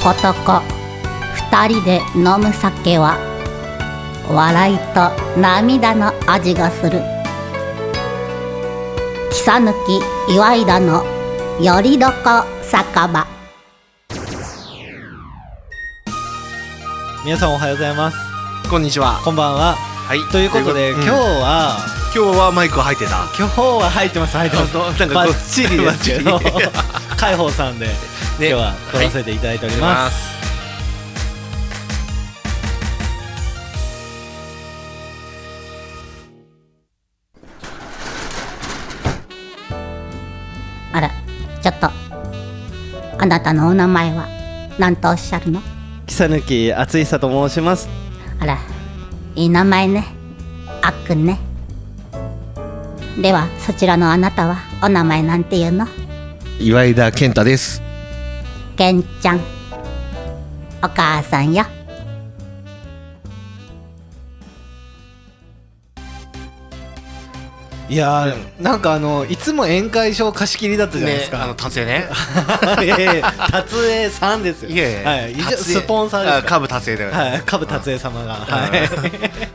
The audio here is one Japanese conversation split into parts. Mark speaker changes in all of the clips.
Speaker 1: 男二人で飲む酒は笑いと涙の味がする。草抜き岩井田のよりどこ酒場。
Speaker 2: 皆さんおはようございます。
Speaker 3: こんにちは。
Speaker 2: こんばんは。
Speaker 3: はい。
Speaker 2: ということで、今日は
Speaker 3: マイク入ってた。
Speaker 2: 今日は入ってます。なんかバッチリですけど海宝さんで、今日は撮らせていただいております。
Speaker 1: あら、ちょっとあなたのお名前は何とおっしゃるの？
Speaker 2: 草抜き厚久と申します。
Speaker 1: あら、いい名前ね。あっくんね。ではそちらのあなたはお名前なんていうの？
Speaker 3: 岩井田健太です。
Speaker 1: けんちゃん、お母さんよ。
Speaker 2: いやー、なんかいつも宴会場貸し切りだったじゃないですか。
Speaker 3: 達也ね。
Speaker 2: 達也さんですよ。
Speaker 3: いやいや、
Speaker 2: はい、スポンサーですから。
Speaker 3: 株達也だよ。
Speaker 2: はい、株達也様が。はい。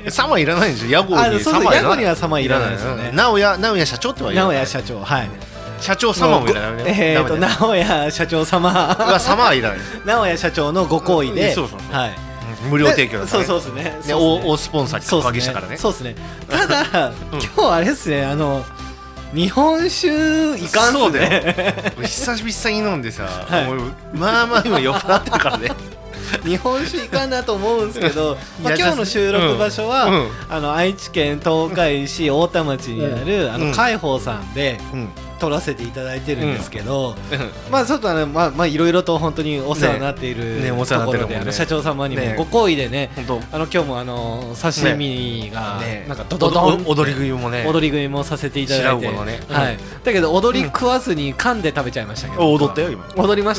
Speaker 3: 様いらないんですよ。屋号に
Speaker 2: 様屋号には様いらないですよね。
Speaker 3: 直哉社長ってはいらない。
Speaker 2: 直哉社長、はい。
Speaker 3: 社長様もいらないね。
Speaker 2: 直哉社長様
Speaker 3: 様はいらない。
Speaker 2: 直哉社長のご厚意で、はい。
Speaker 3: 無料提供だからね。
Speaker 2: そうですね。
Speaker 3: 大スポンサーに格上げしたからね。
Speaker 2: そうですね。ただ今日あれですね、日本酒いかんすね。
Speaker 3: 久々に飲んでさ、まあまあ今酔っ払ってるからね。
Speaker 2: 日本酒いかんなと思うんですけど、今日の収録場所は愛知県東海市太田町にある海宝さんで撮らせていただいてるんですけど、まあちょっといろいろと本当にお世話になっているところで、社長様にもご厚意でね、今日も刺身がなんかドドドン
Speaker 3: 踊り食いもね、
Speaker 2: 踊り食いもさせていただいて、だけど踊り食わずに噛んで食べちゃいましたけど。
Speaker 3: 踊ったよ今。
Speaker 2: 踊りました。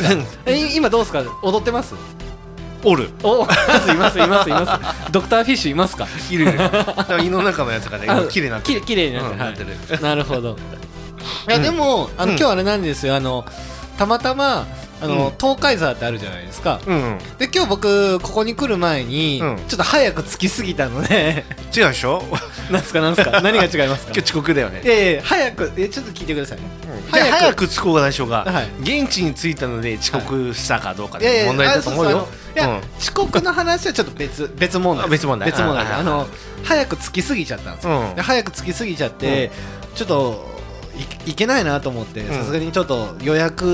Speaker 2: 今どうですか？踊ってます？
Speaker 3: おる。
Speaker 2: いますドクターフィッシュいますか？
Speaker 3: いる。胃の中のやつがね、綺麗になってる。
Speaker 2: 綺麗になってる。なるほど。いやでも今日あれなんですよ。たまたま東海沢ってあるじゃないですか。で今日僕ここに来る前にちょっと早く着きすぎたので。
Speaker 3: 違うでしょ？
Speaker 2: なんすか何が違いますか？
Speaker 3: 今日遅刻だよね。
Speaker 2: 早くちょっと聞いてください。
Speaker 3: 早く着こうがないでしょうが、現地に着いたので遅刻したかどうかで問題だと思うよ。
Speaker 2: いや遅刻の話はちょっと別問題。別問題。早く着きすぎちゃったんですよ。早く着きすぎちゃってちょっといけないなと思って、さすがにちょっと予約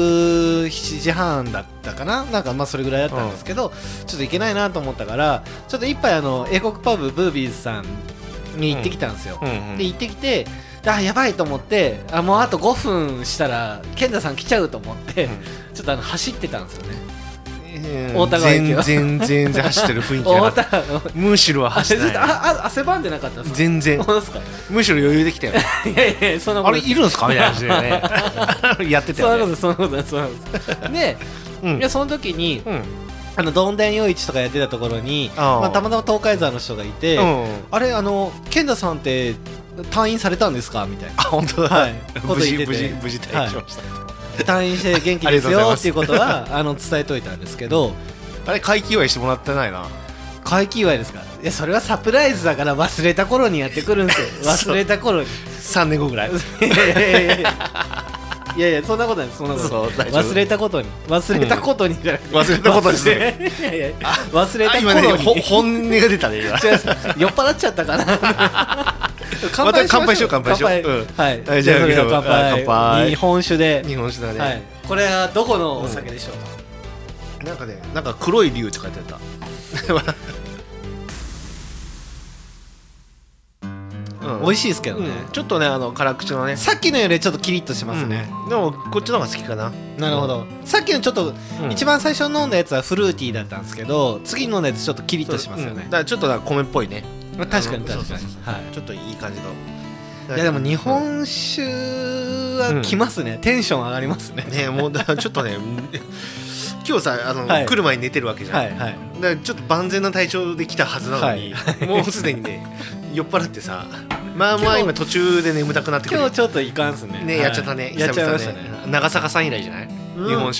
Speaker 2: 7時半だったかな、なんかそれぐらいだったんですけど、ちょっといけないなと思ったから、ちょっと一杯英国パブブービーズさんに行ってきたんですよ。で行ってきて、やばいと思って、もうあと5分したら健太さん来ちゃうと思って、ちょっと走ってたんですよね。大田川駅は
Speaker 3: 全然走ってる雰囲気なかった。むしろは走ってない。
Speaker 2: 汗ばんでなかったですか？
Speaker 3: 全然。むしろ余裕できたよ。
Speaker 2: いやそんなこと。
Speaker 3: あれいるんですかみたいな感じでね。やってたよね。
Speaker 2: そんなことです。で、その時にどんでん夜市とかやってたところにたまたま東海沢の人がいて、あれ健太さんって退院されたんですかみたいな。
Speaker 3: 本当だ。無事退院しました。
Speaker 2: 退院して元気ですよっていうことは伝えといたんですけど、
Speaker 3: あれ会期祝いしてもらってないな。
Speaker 2: 会期祝いですか？いやそれはサプライズだから忘れた頃にやってくるんですよ。忘れた頃に
Speaker 3: 3年後ぐらい。
Speaker 2: いやそんなことないです。忘れたことにじゃなくて
Speaker 3: 忘れたことにする。
Speaker 2: 忘れた頃に
Speaker 3: 本音が出たね今。
Speaker 2: 酔っ払っちゃったかな。
Speaker 3: また乾杯しよう。
Speaker 2: はい。じゃあ乾杯。日本酒だね。これはどこのお酒でしょう
Speaker 3: か？なんか黒い竜って書いてあった。
Speaker 2: 美味しいですけどね。
Speaker 3: ちょっとね辛口のね。
Speaker 2: さっきのよりちょっとキリッとしますね。
Speaker 3: でもこっちの方が好きかな。
Speaker 2: なるほど。さっきのちょっと一番最初飲んだやつはフルーティーだったんですけど、次飲んだやつちょっとキリッとしますよね。
Speaker 3: だからちょっと米っぽいね。
Speaker 2: 確かに。
Speaker 3: ちょっといい感じの。
Speaker 2: いやでも日本酒はきますね。テンション上がりますね。
Speaker 3: ね、もうだからちょっとね今日さ来る前に寝てるわけじゃん。だからちょっと万全な体調で来たはずなのに、もうすでにね酔っ払ってさ、まあ今途中で眠たくなってくる。
Speaker 2: 今日ちょっといかんすね。
Speaker 3: ね、やっちゃったね。
Speaker 2: やっちゃいましたね。
Speaker 3: 長坂さん以来じゃない？日本酒は。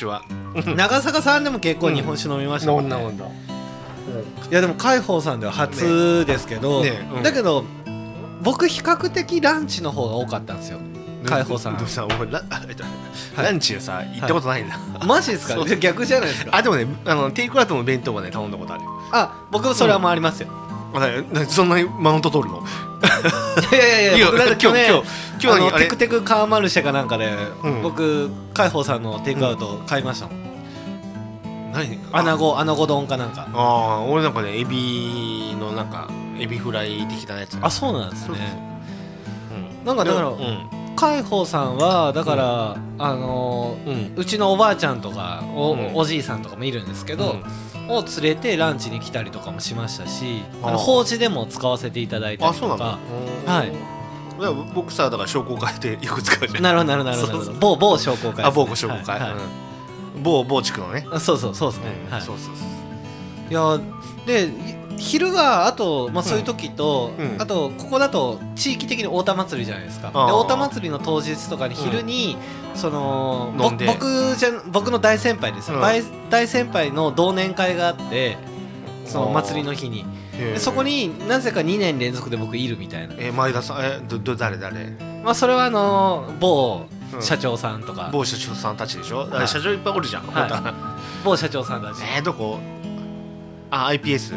Speaker 2: 長坂さんでも結構日本酒飲みましたもんね。いやでも海宝さんでは初ですけど、だけど僕比較的ランチの方が多かったんですよ。海宝さん
Speaker 3: ランチをさ行ったことないんだ。
Speaker 2: マジですか？逆じゃないですか。
Speaker 3: でもねテイクアウトの弁当はね頼んだことある。
Speaker 2: 僕もそれはもうありますよ。
Speaker 3: そんなにマウント取るの？
Speaker 2: いや僕だって今日テクテクカーマルシェかなんかで僕海宝さんのテイクアウト買いましたもん。何？アナゴ丼かなんか。
Speaker 3: 俺なんかねエビのなんかエビフライ的なやつ。
Speaker 2: そうなんですね。なんかだから海宝さんはだからうちのおばあちゃんとかおじいさんとかもいるんですけどを連れてランチに来たりとかもしましたし、法事でも使わせていただいたりとか。はい。
Speaker 3: 僕さだから商工会でよく使うじゃん。
Speaker 2: なるほど。某商工会。
Speaker 3: 某商工会。某地区のね。
Speaker 2: そうですね。いやで昼はあとそういう時とあとここだと地域的に太田祭りじゃないですか。で太田祭りの当日とかに昼にその僕の大先輩ですよ。大先輩の同年会があってその祭りの日にそこになぜか2年連続で僕いるみたいな。
Speaker 3: 前田さん誰？
Speaker 2: それは某社長さんとか
Speaker 3: 某社長さんたちでしょ。社長いっぱいおるじゃん。
Speaker 2: 某社長さんたち。
Speaker 3: どこ？iPS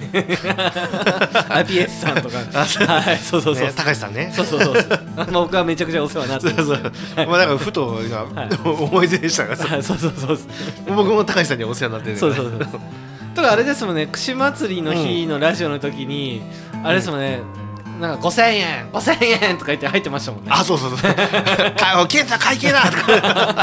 Speaker 2: さんとかそう
Speaker 3: 高橋さんね。
Speaker 2: 僕はめちゃくちゃお世話になってます。
Speaker 3: だからふと思い出でしたが僕も高橋さんにお世話になってる。
Speaker 2: ただあれですもんね、串祭りの日のラジオの時にあれですもんね、なんか5000円とか言って入ってましたもんね。
Speaker 3: そうケンタ会計だとか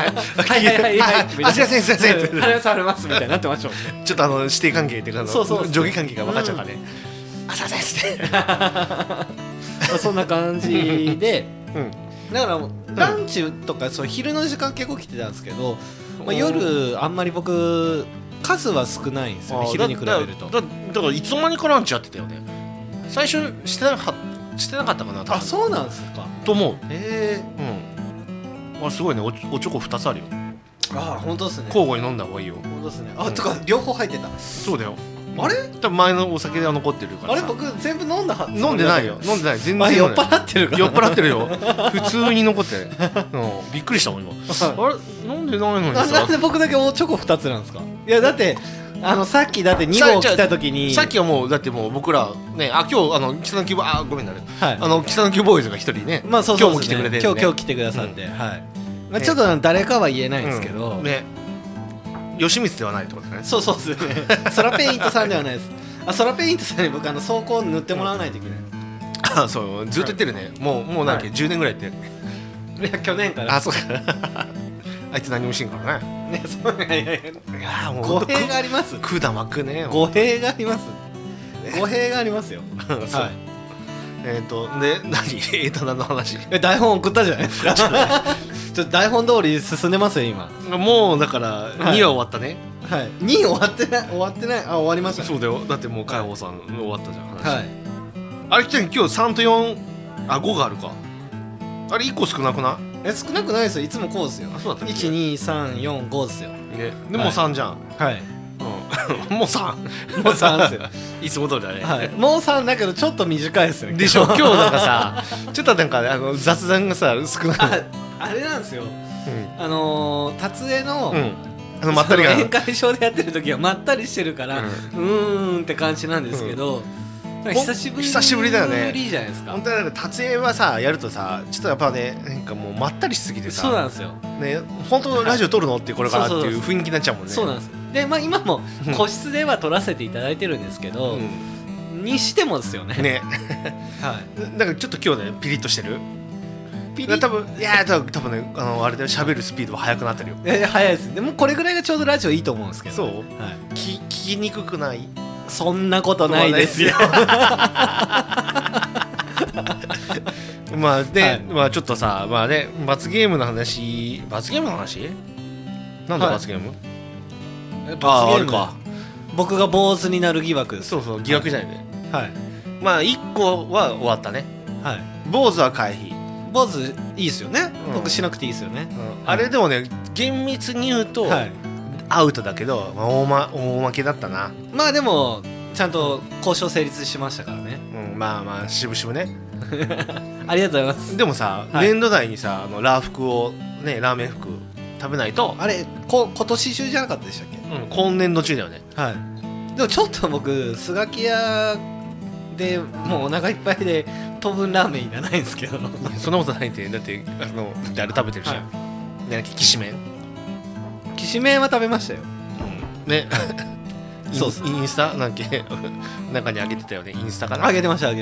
Speaker 3: すいません
Speaker 2: ありますみたいになってましたもんね。
Speaker 3: ちょっと師弟関係っていうか上下関係が分かっちゃったね。すいませんって
Speaker 2: そんな感じでだからランチとか昼の時間結構来てたんですけど、夜あんまり僕数は少ないんですよね、昼に比べると。
Speaker 3: だからいつの間にかランチやってたよね。最初してなかったかな。
Speaker 2: そうなんですか
Speaker 3: と思う。すごいね。おチョコ2つあるよ。
Speaker 2: 本当ですね。
Speaker 3: 交互に飲んだ方がいいよ。
Speaker 2: 本当ですね。とか両方入ってた。
Speaker 3: そうだよ。
Speaker 2: あれ
Speaker 3: 多分前のお酒が残ってるからさ。
Speaker 2: 僕全部飲んで
Speaker 3: ないよ。全然
Speaker 2: 酔っ払ってるから。
Speaker 3: 酔っ払ってるよ。普通に残ってる。びっくりしたもん今。あれ飲んでないのにさ。
Speaker 2: なんで僕だけおチョコ2つなんですか？いやだってさっきだって2号来た時に
Speaker 3: さっきはもうだってもう僕らね今日北のキューボごめんなさい北のキューボーイズが一人ね今日も来てくれて
Speaker 2: 今日来てくださってちょっと誰かは言えないんですけど
Speaker 3: ね、吉光ではないってことね。
Speaker 2: そうですね。ソラペイントさんではないです。ソラペイントさんに僕装甲塗ってもらわないといけない。
Speaker 3: そうずっと言ってるね。もう何だっけ10年ぐらい言ってる。
Speaker 2: いや去年から。
Speaker 3: そうか。あいつ何もしんからね。
Speaker 2: いやもう語弊があります。
Speaker 3: 管巻くね。
Speaker 2: 語弊があります。語弊がありますよ。
Speaker 3: はい。で何の話？
Speaker 2: 台本送ったじゃないですか。ちょっと台本通り進んでますよ今。
Speaker 3: もうだから2は終わったね。
Speaker 2: 2終わってない終わりました。
Speaker 3: そうだよ。だってもう海宝さん終わったじゃん話。
Speaker 2: はい。
Speaker 3: あれ今日3と4 5があるか。あれ1個少なくない？
Speaker 2: 少なくないですよ。いつもこうですよ。
Speaker 3: そうだったっけ？
Speaker 2: 1、2、3、4、5ですよ。
Speaker 3: でもう3じゃん。
Speaker 2: はい。
Speaker 3: もう3ですよ。いつも通りだね。
Speaker 2: もう3だけどちょっと短いですよね。
Speaker 3: でしょ。今日なんかさちょっとなんか雑談がさ少ない。
Speaker 2: あれなんですよ。達江の
Speaker 3: まったりが
Speaker 2: 宴会場でやってる時はまったりしてるからって感じなんですけど。久しぶりだよね。じゃないですか。
Speaker 3: 本当になんか達江はさやるとさちょっとやっぱねなんかもうまったりしすぎてさ。
Speaker 2: そうなんですよ。
Speaker 3: ね本当ラジオ撮るのってこれからっていう雰囲気になっちゃうもんね。
Speaker 2: そうなんです。で今も個室では撮らせていただいてるんですけど、にしてもですよね。
Speaker 3: ね。はい。だからちょっと今日ねピリッとしてる。多分ねあれで喋るスピードは速くなってるよ。
Speaker 2: 速いです。でもこれぐらいがちょうどラジオいいと思うんですけど。
Speaker 3: そう。聞きにくくない？
Speaker 2: そんなことないですよ。
Speaker 3: まあちょっとさ罰ゲームの話なんだ罰ゲーム？あるか。
Speaker 2: 僕が坊主になる疑惑です。
Speaker 3: そう疑惑じゃないね。1個は終わったね。坊主は回避。
Speaker 2: 坊主いいですよね。僕しなくていいですよね。
Speaker 3: あれでもね厳密に言うとアウトだけど、大負けだったな。
Speaker 2: まあでもちゃんと交渉成立しましたからね。
Speaker 3: まあ渋々ね
Speaker 2: ありがとうございます。
Speaker 3: でもさ、年度内にさラーメン服食べないと。
Speaker 2: あれ今年中じゃなかったでしたっけ？
Speaker 3: 今年度中だよね。
Speaker 2: はい。でもちょっと僕スガキ屋でもうお腹いっぱいで当分ラーメンいらないんですけど
Speaker 3: そんなことないって。だってあれ食べてるじゃん、きしめん
Speaker 2: は食べましたよ、
Speaker 3: ね
Speaker 2: そうっす。
Speaker 3: インスタなんかに上げてたよね。インスタかな。
Speaker 2: あげてましたい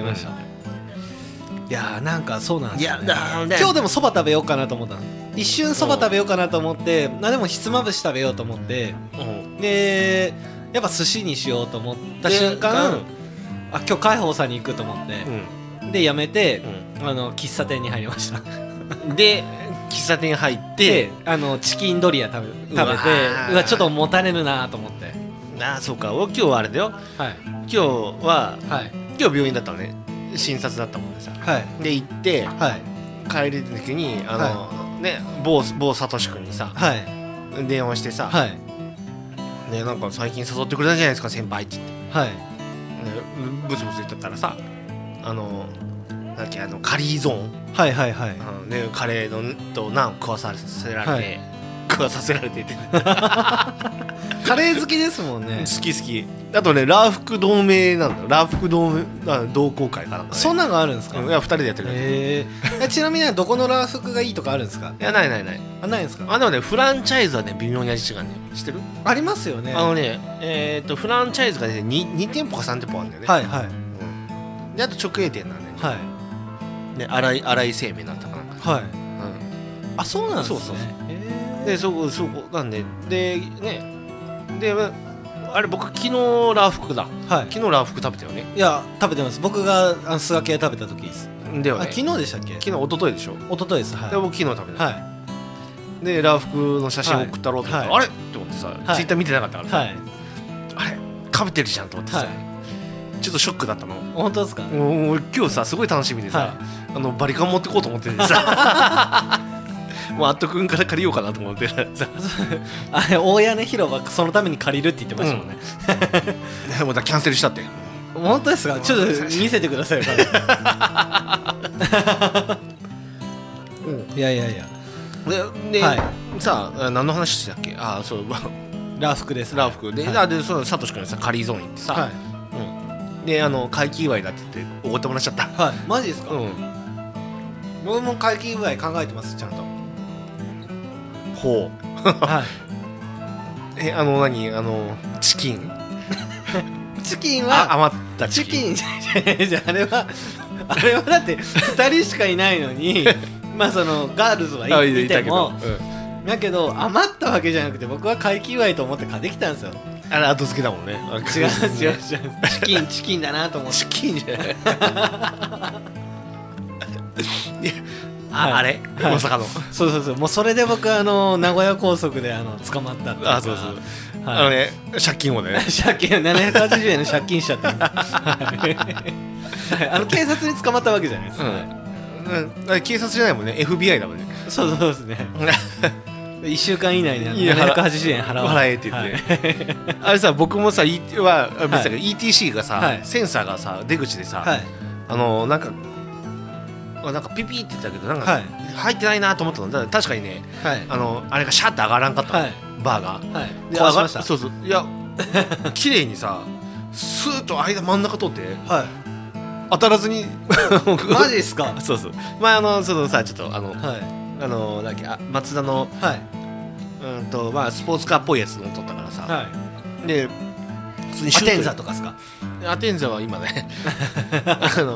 Speaker 2: やなんかそうなんですよね。今日でもそば食べようかなと思ったの。一瞬そば食べようかなと思ってでもひつまぶし食べようと思って、でやっぱ寿司にしようと思った瞬間、今日海宝さんに行くと思って、でやめて、喫茶店に入りました
Speaker 3: で喫茶店入って
Speaker 2: チキンドリア食べてちょっともたれるなと思って。
Speaker 3: そうか。今日はあれだよ、今日は、今日病院だったのね。診察だったもんでさ、で行って、帰る時に某サトシ君にさ、電話してさ、なんか最近誘ってくれたじゃないですか先輩って言って、ブツブツ言ってたらさなんだっけカリーゾーン、でカレーのとナン食わさせられてって
Speaker 2: カレー好きですもんね。
Speaker 3: 好きあとねラーフク同盟なんだよ。ラーフク同好会かなんか、
Speaker 2: そんなのあるんですか？
Speaker 3: いや2人でやってる。
Speaker 2: ちなみにどこのラーフクがいいとかあるんですか？
Speaker 3: いやない
Speaker 2: ないんですか？
Speaker 3: でもねフランチャイズはね微妙に味違うね。知ってる？
Speaker 2: ありますよね。
Speaker 3: フランチャイズがね 2店舗か3店舗あるんだよね。であと直営店なんだよね。新井製麺だったかな。
Speaker 2: あ、そうなんですね。
Speaker 3: でそこなんでであれ僕昨日ラーフクだ。昨日ラーフク食べたよね。
Speaker 2: いや食べてます。僕がスガキ屋食べた時です。
Speaker 3: ではね。
Speaker 2: 昨日でしたっけ？
Speaker 3: 昨日一昨日でしょ。
Speaker 2: 一昨日です。
Speaker 3: で僕昨日食べた。でラーフクの写真送ったろうと思ったらあれって思ってさ、ツイッター見てなかったからさ、あれ食べてるじゃんと思ってさ、ちょっとショックだったの。
Speaker 2: 本当ですか？
Speaker 3: もう今日さすごい楽しみでさ、バリカン持ってこうと思っててさもうアット君から借りようかなと思ってさ
Speaker 2: 大屋根広場そのために借りるって言ってましたもんね。
Speaker 3: もうキャンセルしたって。
Speaker 2: 本当ですか？ちょっと見せてくださいよいや
Speaker 3: でさあ何の話してたっけ？そう
Speaker 2: ラーフクです。
Speaker 3: ラーフクでそのサトシ君にさカリーゾーン行ってさ、で会期祝いだって言っておごってもらっちゃった。
Speaker 2: マジですか？僕も会期祝い考えてますちゃんと。
Speaker 3: ほう何チキン
Speaker 2: チキンは
Speaker 3: 余ったチキン
Speaker 2: じゃあれはだって2人しかいないのにそのガールズはいてもだけど余ったわけじゃなくて僕は会期祝いと思って買ってきたんですよ。
Speaker 3: あれ後付けだもんね。
Speaker 2: 違うチキンだなと思って。
Speaker 3: チキンじゃないあれまさかの。
Speaker 2: そうもうそれで僕名古屋高速で捕まったっていうか。
Speaker 3: そう借金をね
Speaker 2: 借金780円の借金しちゃった警察に捕まったわけじゃないですか。
Speaker 3: 警察じゃないもんね。 FBI だもんね。
Speaker 2: そうですね1週間以内に780円
Speaker 3: 払えって言ってあれさ僕もさETC がさセンサーがさ出口でさなんかピピって言ったけどなんか入ってないなと思ったの。だから確かにねあれがシャッて上がらんかったバーが
Speaker 2: 壊しました。
Speaker 3: そういや綺麗にさスーッと真ん中通って当たらずに
Speaker 2: マジですか？
Speaker 3: そうそのさちょっとなんだっけ松田のスポーツカーっぽいやつの撮ったからさで普通に
Speaker 2: アテンザとかですか？
Speaker 3: アテンザは今ねなんだっけ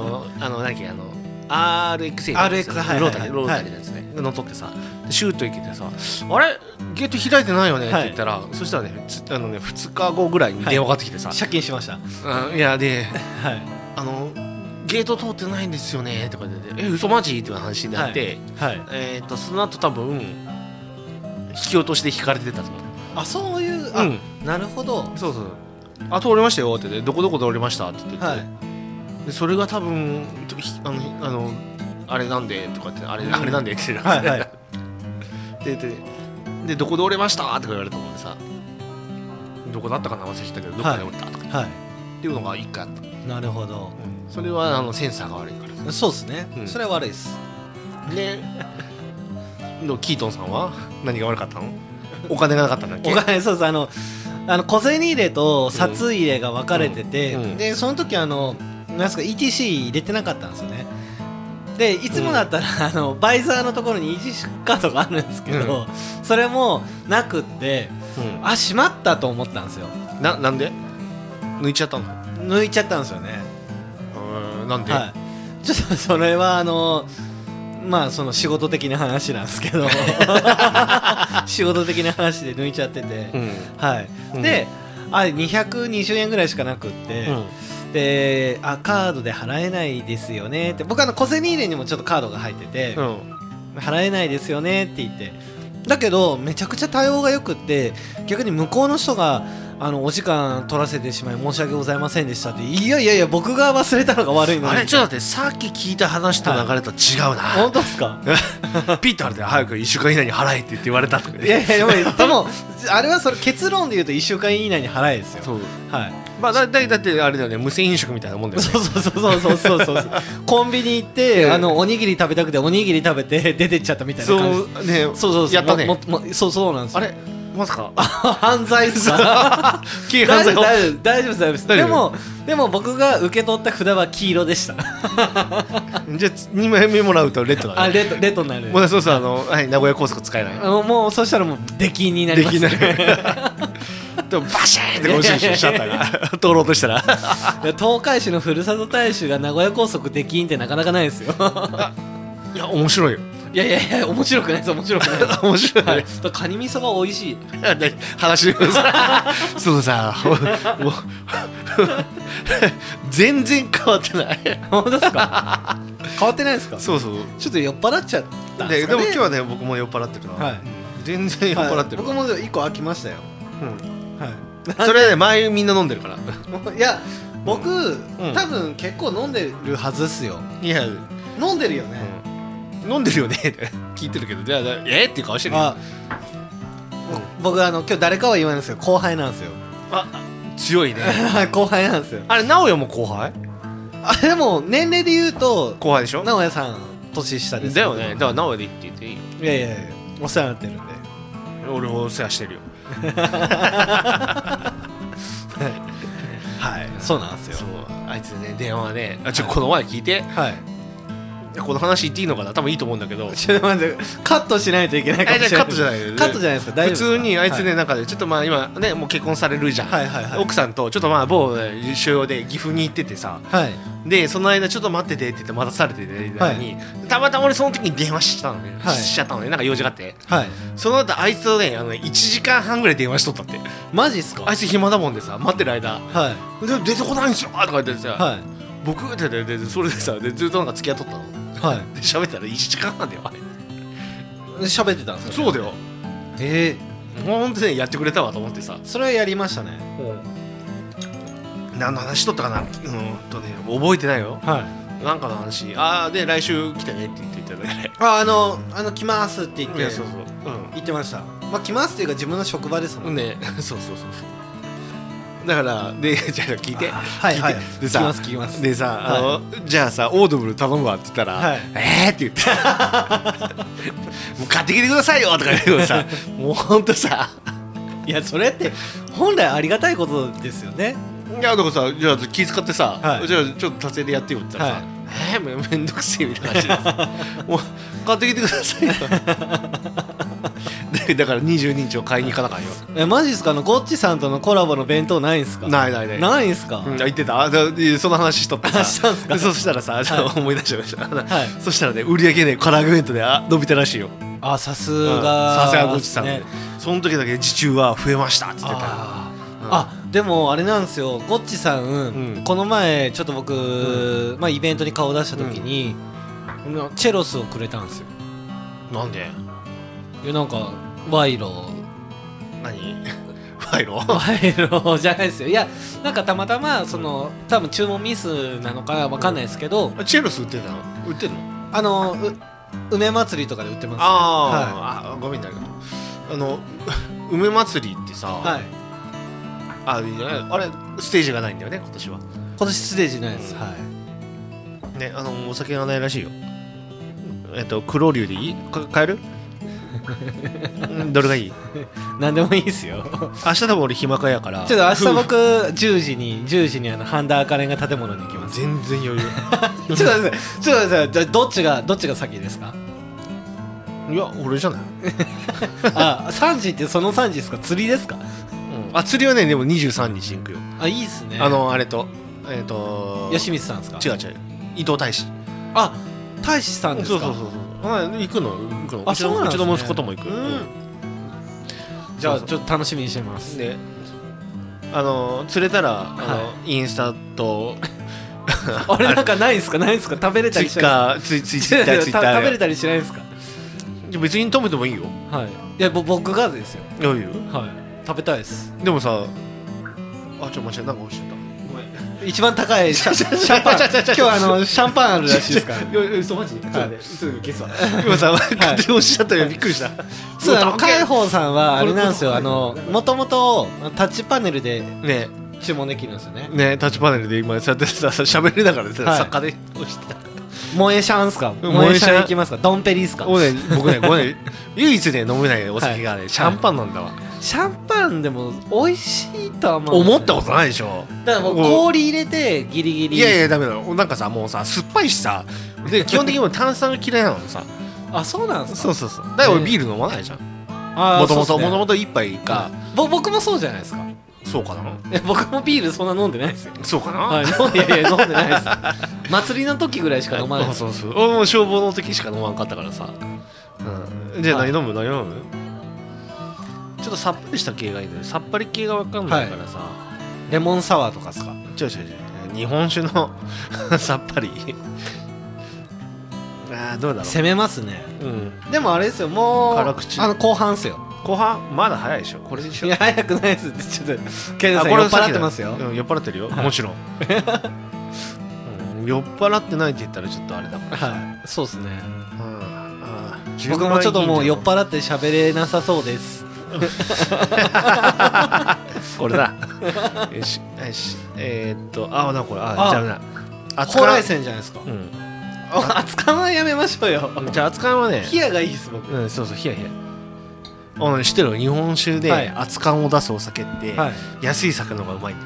Speaker 3: RX ロータリーのやつね乗っ取ってさシュート行けてさあれゲート開いてないよねって言ったらそしたらね2日後ぐらいに電話がかかってきてさ
Speaker 2: 借金しました。
Speaker 3: いやでゲート通ってないんですよねとか言って嘘マジっていう話になってその後多分引き落としで引かれてたと思う。
Speaker 2: そういうなるほど。
Speaker 3: そう通りましたよって言ってどこどこで降りましたって言ってでそれが多分あれなんでとかってあれなんでって言ってでどこで降りましたとか言われたもんでさどこだったかな忘れちゃったけどどこかで降りたとか、っていうのが1回あった。
Speaker 2: なるほど、
Speaker 3: それはセンサーが悪いから。
Speaker 2: そうですね、それは悪いです
Speaker 3: でキートンさんは何が悪かったの？お金がなかったんだっけ？
Speaker 2: お金、そうです、小銭入れと札入れが分かれてて、でその時なんすか ETC 入れてなかったんですよね。でいつもだったら、バイザーのところに ETC カードがあるんですけど、それもなくって、あ、しまったと思ったんですよ。
Speaker 3: なんで抜いちゃったの？
Speaker 2: 抜いちゃったんですよね。
Speaker 3: なんで？
Speaker 2: ちょっとそれはまあその仕事的な話なんですけど仕事的な話で抜いちゃってて、であれ220円ぐらいしかなくって、でカードで払えないですよねって、僕小銭入れにもちょっとカードが入ってて、払えないですよねって言って、だけどめちゃくちゃ対応がよくって、逆に向こうの人がお時間取らせてしまい申し訳ございませんでしたって、いやいやいや僕が忘れたのが悪いのに。
Speaker 3: あれちょっと待って、さっき聞いた話と流れと違うな。
Speaker 2: 本当ですか？
Speaker 3: ピッとあれで早く1週間以内に払えって言われたとか、ね、
Speaker 2: いやいやでもあれはそれ結論で言うと1週間以内に払えですよ。
Speaker 3: そう、まあだってあれだよね、無銭飲食みたいなもんだよね。
Speaker 2: そうコンビニ行って、おにぎり食べたくておにぎり食べて出てっちゃったみたいな感じで、
Speaker 3: そうやったね。
Speaker 2: そうなんですよ。
Speaker 3: あれまさか
Speaker 2: 犯罪ですか？
Speaker 3: 軽犯罪。
Speaker 2: 大丈夫です。でも僕が受け取った札は黄色でした。じゃ
Speaker 3: あ2枚目もらうとレッドだね。
Speaker 2: レッドになる。
Speaker 3: もうそう名古屋高速使えない。
Speaker 2: もうそしたらもう出禁になります。
Speaker 3: でもバシーンって落ちてきちゃったから通ろうとしたら
Speaker 2: 東海市のふるさと大使が名古屋高速出禁ってなかなかないですよ。
Speaker 3: いや面白いよ。
Speaker 2: いや面白くないです。面白い、カニ味噌が美味しい
Speaker 3: 話そうさ全然変わってない。
Speaker 2: 本当ですか？変わってないですか？
Speaker 3: そう
Speaker 2: ちょっと酔っ払っちゃったんですかね。
Speaker 3: でも今日はね僕も酔っ払ってるな、全然酔っ払ってる、
Speaker 2: 僕も1個飽きましたよ。
Speaker 3: それはね前みんな飲んでるから。
Speaker 2: いや僕、多分結構飲んでるはずっすよ。いや飲んでるよね、
Speaker 3: 飲んでるよねって聞いてるけど、じゃあっていう顔してるよ。
Speaker 2: 僕今日誰かは言わないんですけど後輩なんですよ。
Speaker 3: 強いね。
Speaker 2: 後輩なんですよ。
Speaker 3: あれ直哉も後輩？
Speaker 2: でも年齢で言うと
Speaker 3: 後輩でしょ。
Speaker 2: 直哉さん年下です
Speaker 3: だよね。だから直哉で言っていいよ。
Speaker 2: いやお世話になってるんで。
Speaker 3: 俺もお世話してるよ。
Speaker 2: そうなんですよ。
Speaker 3: あいつね電話ね、この前聞いて、この話言っていいのかな。多分いいと思うんだけど、
Speaker 2: ちょっと待って、カットしないといけないかもしれない。
Speaker 3: カットじゃない
Speaker 2: ですか。大丈夫ですか？
Speaker 3: 普通にあいつね、なんかちょっとまあ今ねもう結婚されるじゃん、奥さんとちょっとまあ某所用で岐阜に行っててさ、でその間ちょっと待っててって言って待たされてて間に、たまたま俺その時に電話しちゃったのね、なんか用事があって、その後あいつとね1時間半ぐらい電話しとったって。
Speaker 2: マジっすか？
Speaker 3: あいつ暇だもんでさ、待ってる間で出てこないんですよとか言ってさ、僕ってそれでさずっとなんか付き合っとったの。で喋ったら1時間半だよあれ。
Speaker 2: 喋ってたんですか？
Speaker 3: そうだよ。もうほんとねやってくれたわと思ってさ。
Speaker 2: それはやりましたね。
Speaker 3: 何の話しとったかな、覚えてないよ。なんかの話。で来週来てねって言っていただけ
Speaker 2: で、来ますって言って、言ってました。来ますっていうか自分の職場ですもんね。
Speaker 3: そうだからでじゃあ聞いて、でさ
Speaker 2: 聞きます
Speaker 3: でさ、じゃあさオードブル頼むわって言ったら、って言ってもう買ってきてくださいよとか言うけどさ、もうほんとさ、
Speaker 2: いやそれって本来ありがたいことですよね。
Speaker 3: いやだからさ、じゃあ気遣ってさ、じゃあちょっと達成でやってよって言ったらさ、めんどくせえみたいな感じでもう買ってきてくださいよだから22日を買いに行かなかんよ。
Speaker 2: マジですか？ゴッチさんとのコラボの弁当ないんすか？ないんすか？
Speaker 3: 言ってた。その話しとってさそしたらさ思い出しちゃいました。そしたらね売り上げね唐揚げ弁当で伸びたらしいよ。
Speaker 2: さすが
Speaker 3: ゴッチさんで、その時だけ時給は増えましたって言ってた。
Speaker 2: でもあれなんですよ、ゴッチさん、この前ちょっと僕、イベントに顔出した時に、チェロスをくれたんですよ。
Speaker 3: なんで？
Speaker 2: なんか賄賂。
Speaker 3: 何？賄
Speaker 2: 賂じゃないですよ。いやなんかたまたま多分注文ミスなのかわかんないですけど、
Speaker 3: チェロス売ってたの？売ってんの？
Speaker 2: 梅祭りとかで売ってます。
Speaker 3: ごめんだけど梅祭りってさ、 あれステージがないんだよね今年は。
Speaker 2: 今年ステージないです、はい
Speaker 3: ね、お酒がないらしいよ。黒龍でいい？買える？どれがいい？
Speaker 2: 何でもいいですよ。
Speaker 3: 明日多分俺暇かやから。
Speaker 2: ちょっと明日僕10時に半田茜が建物に行きます。
Speaker 3: 全然余裕。
Speaker 2: ちょっと待ってじゃあどっちが先ですか？
Speaker 3: いや俺じゃない。
Speaker 2: あ、3時ってその3時ですか？釣りですか？
Speaker 3: 釣りはねでも23日に行くよ。
Speaker 2: あ、いいっすね。
Speaker 3: あれと
Speaker 2: 吉光さんですか？
Speaker 3: 違う伊藤大使。
Speaker 2: あ、大使さんですか？
Speaker 3: そう行くの。
Speaker 2: あ、そうなんですね。
Speaker 3: うちの息子とも行く。
Speaker 2: じゃあちょっと楽しみにしてます。
Speaker 3: で釣れたらインスタと
Speaker 2: あれなんかないんすか？食べれたりしない
Speaker 3: ツイッター
Speaker 2: 食べれたりしないんですか？
Speaker 3: 別に食べてもいいよ。
Speaker 2: はい。いや僕がですよ。
Speaker 3: いいよ。
Speaker 2: はい。食べたいです。
Speaker 3: でもさ、間違えなんか欲しいんだ。
Speaker 2: ごめん。一番高いシャンパン。今日シャンパンあるらしいですから。
Speaker 3: 嘘マジ？今さ勝手におっしゃったよびっくりした。
Speaker 2: そう海宝さんはあれなんですよ。もともとタッチパネルで
Speaker 3: ね
Speaker 2: 注文できるんですよね。
Speaker 3: ねタッチパネルで今そうやってさ喋りながらさ作家で押してた。
Speaker 2: 萌えシャンすか？萌えシャンいきますか？ドンペリですか？
Speaker 3: 僕ね唯一ね飲めないお酒がねシャンパンなんだわ。
Speaker 2: シャンパンでも美味しいとは
Speaker 3: 思ったことないでしょ。
Speaker 2: だからもう氷入れてギリギリ。
Speaker 3: いやダメだよ。なんかさもうさ酸っぱいしさで基本的に炭酸が嫌いなのさ。
Speaker 2: あ、そうなんです
Speaker 3: か？そうだから俺ビール飲まないじゃん。もともと1杯か。
Speaker 2: 僕もそうじゃないですか。
Speaker 3: そうかな。
Speaker 2: 僕もビールそんな飲んでないですよ。
Speaker 3: そうかな。
Speaker 2: はい、飲んでないです。祭りの時ぐらいしか飲まない。
Speaker 3: そう俺も消防の時しか飲まんかったからさ。じゃあ何飲む？ちょっとさっぱりした系がいいのよ。さっぱり系が分かんないからさ、
Speaker 2: レモンサワーとかですか？
Speaker 3: 違う日本酒のさっぱり。どうだろう。
Speaker 2: 攻めますね。でもあれですよ、もう
Speaker 3: 辛口
Speaker 2: 後半っすよ。
Speaker 3: 後半まだ早いでしょ。これでしょ。
Speaker 2: いや早くないですって。ちょっとケンさん酔っ払ってますよ。
Speaker 3: 酔っ払ってるよ、もちろん。酔っ払ってないって言ったらちょっとあれだから。
Speaker 2: はい、そうですね。僕もちょっともう酔っ払って喋れなさそうです。
Speaker 3: これだ。よし。なんかこれじゃあな。
Speaker 2: 蓬莱線じゃないですか。熱燗はやめましょうよ。
Speaker 3: じゃあ熱燗はね。
Speaker 2: 冷やがいいです僕。
Speaker 3: そう冷や。知ってる？日本酒で熱燗を出すお酒って安い酒の方がうまいんだよ。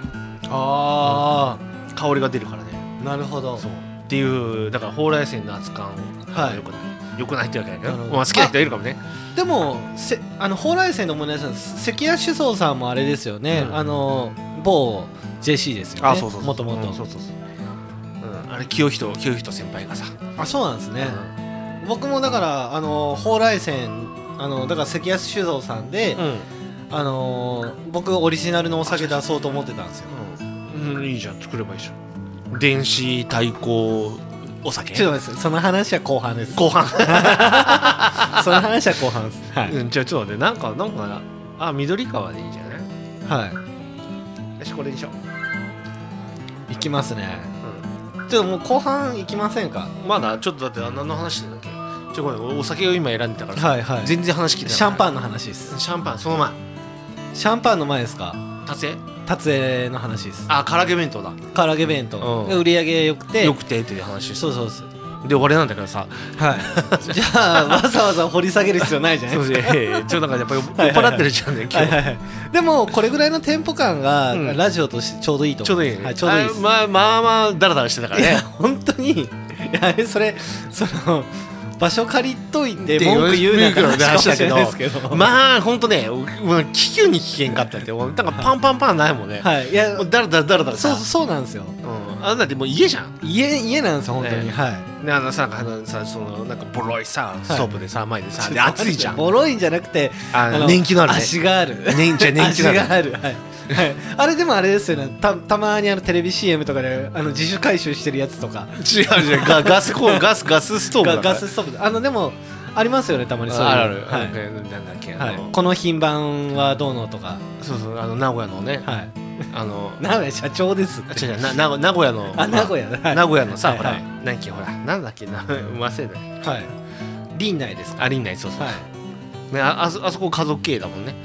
Speaker 3: 香りが出るからね。
Speaker 2: なるほど。
Speaker 3: そうっていうだから蓬莱線の熱燗はよくないってわけだけど、好きな人いるかもね。
Speaker 2: でも蓬莱線のもね、関谷酒造さんもあれですよね。某 JC ですよね。もともと。
Speaker 3: あれ清人先輩がさ。
Speaker 2: あ、そうなんですね。僕もだから蓬莱線だから関谷酒造さんで僕オリジナルのお酒出そうと思ってたんですよ。
Speaker 3: いいじゃん、作ればいいじゃん。電子対抗お酒。
Speaker 2: ちょっと待って、その話は後半です。
Speaker 3: 後半。
Speaker 2: その話は後半です。はい。
Speaker 3: じゃあちょっと待って、なんか緑川でいいじゃない。
Speaker 2: はい。
Speaker 3: よしこれにしよ
Speaker 2: う。いきますね。ちょっともう後半いきませんか。
Speaker 3: まだちょっとだって何の話してんだっけ。ごめん、お酒を今選んでたからさ、全然話聞いてない。
Speaker 2: シャンパンの話です。
Speaker 3: シャンパンその前。
Speaker 2: シャンパンの前ですか。達也の話です。
Speaker 3: 唐揚げ弁当だ。
Speaker 2: 唐揚げ弁当。売り上げ良くて
Speaker 3: っていう話。
Speaker 2: そう。
Speaker 3: で終わりなんだけどさ。
Speaker 2: はい。じゃあわざわざ掘り下げる必要ないじゃないですか。
Speaker 3: なんかやっぱ酔っ払ってるじゃんね今日。
Speaker 2: でもこれぐらいのテンポ感がラジオとしてちょうどいいと思う。ちょうどいい。ちょうどいいです。
Speaker 3: まあダラダラしてたからね。
Speaker 2: 本当にその。場所借りといて文句言うなって話だけど、
Speaker 3: まあ本当ね、危険に危険かったって、なんかパンないもんね。
Speaker 2: はい。いや、
Speaker 3: だらだら
Speaker 2: そうなんですよ。
Speaker 3: だってもう家じゃん。
Speaker 2: 家なんですよ本当に。はい。
Speaker 3: なんかボロいさストーブでさ前でさで暑いじゃん。
Speaker 2: ボロいんじゃなくて
Speaker 3: 年季のある
Speaker 2: 足がある。
Speaker 3: 年季
Speaker 2: がある。はい。あれでもあれですよね。たまにテレビ CM とかで自主回収してるやつとか。
Speaker 3: 違うガスストーブ。
Speaker 2: ガスストーブ。でもありますよねたまにそういう。
Speaker 3: ある。なんだっけ。
Speaker 2: この品番はどうのとか。
Speaker 3: そう名古屋のね。
Speaker 2: はい。名古屋社長です。
Speaker 3: 違う名古屋の。
Speaker 2: 名古屋
Speaker 3: のさほらなんだっけな忘れた。
Speaker 2: はい。林内ですか。
Speaker 3: 林内そう。はい。あそこ家族系だもんね。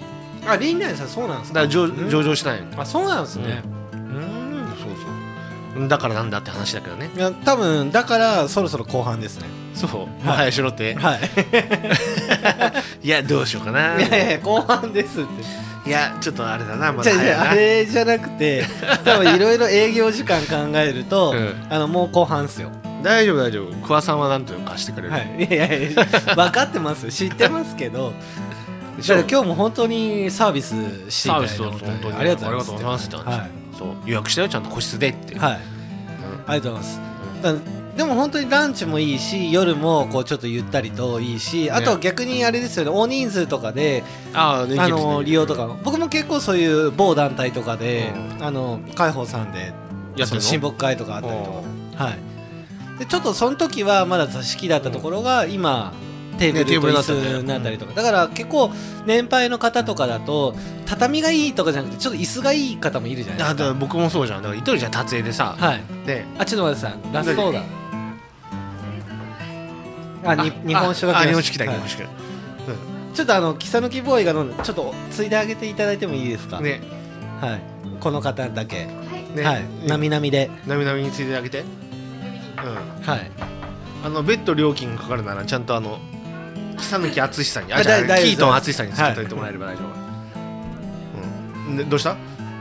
Speaker 2: あ、リンナイさんそうなんです
Speaker 3: か。だから上場したんや。
Speaker 2: あ、そうなんですね。
Speaker 3: そうだからなんだって話だけどね。
Speaker 2: いや多分だからそろそろ後半ですね。
Speaker 3: そう、早しろって。はいいやどうしようかな。
Speaker 2: いや後半ですって。
Speaker 3: いやちょっとあれだな、ま
Speaker 2: だ早いな。あれじゃなくて多分いろいろ営業時間考えると、もう後半っすよ。
Speaker 3: 大丈夫大丈夫。桑さんは何というか貸してくれる。
Speaker 2: いや分かってます、知ってますけどだから今日も本当にサービスしていただいて本当にありがとうございます。そう
Speaker 3: 予約したよちゃんと個室でって。
Speaker 2: はい、ありがとうございます。でも本当にランチもいいし、夜もこうちょっとゆったりといいし、あとは逆にあれですよね、大人数とかで利用とか、僕も結構そういう某団体とかで開放さんで親睦会とかあったりとか、はい、でちょっとその時はまだ座敷だったところが今テーブルと椅子になったりとか、だから結構年配の方とかだと畳がいいとかじゃなくてちょっと椅子がいい方もいるじゃないですか。
Speaker 3: だから僕もそうじゃん。だから一人じゃん、達成でさ、
Speaker 2: はい、でちょっと待ってさ、ラストだ。日本酒が
Speaker 3: 日本酒来た、日本酒。
Speaker 2: ちょっとキサヌキボーイが飲んでちょっとついであげていただいてもいいですかね。はい、この方だけはい、なみなみで
Speaker 3: についてあげて。はい、別途料金かかるならちゃんと草抜敦さんに、じゃあキートン敦さんにつけといてもらえれば大丈夫。でどうした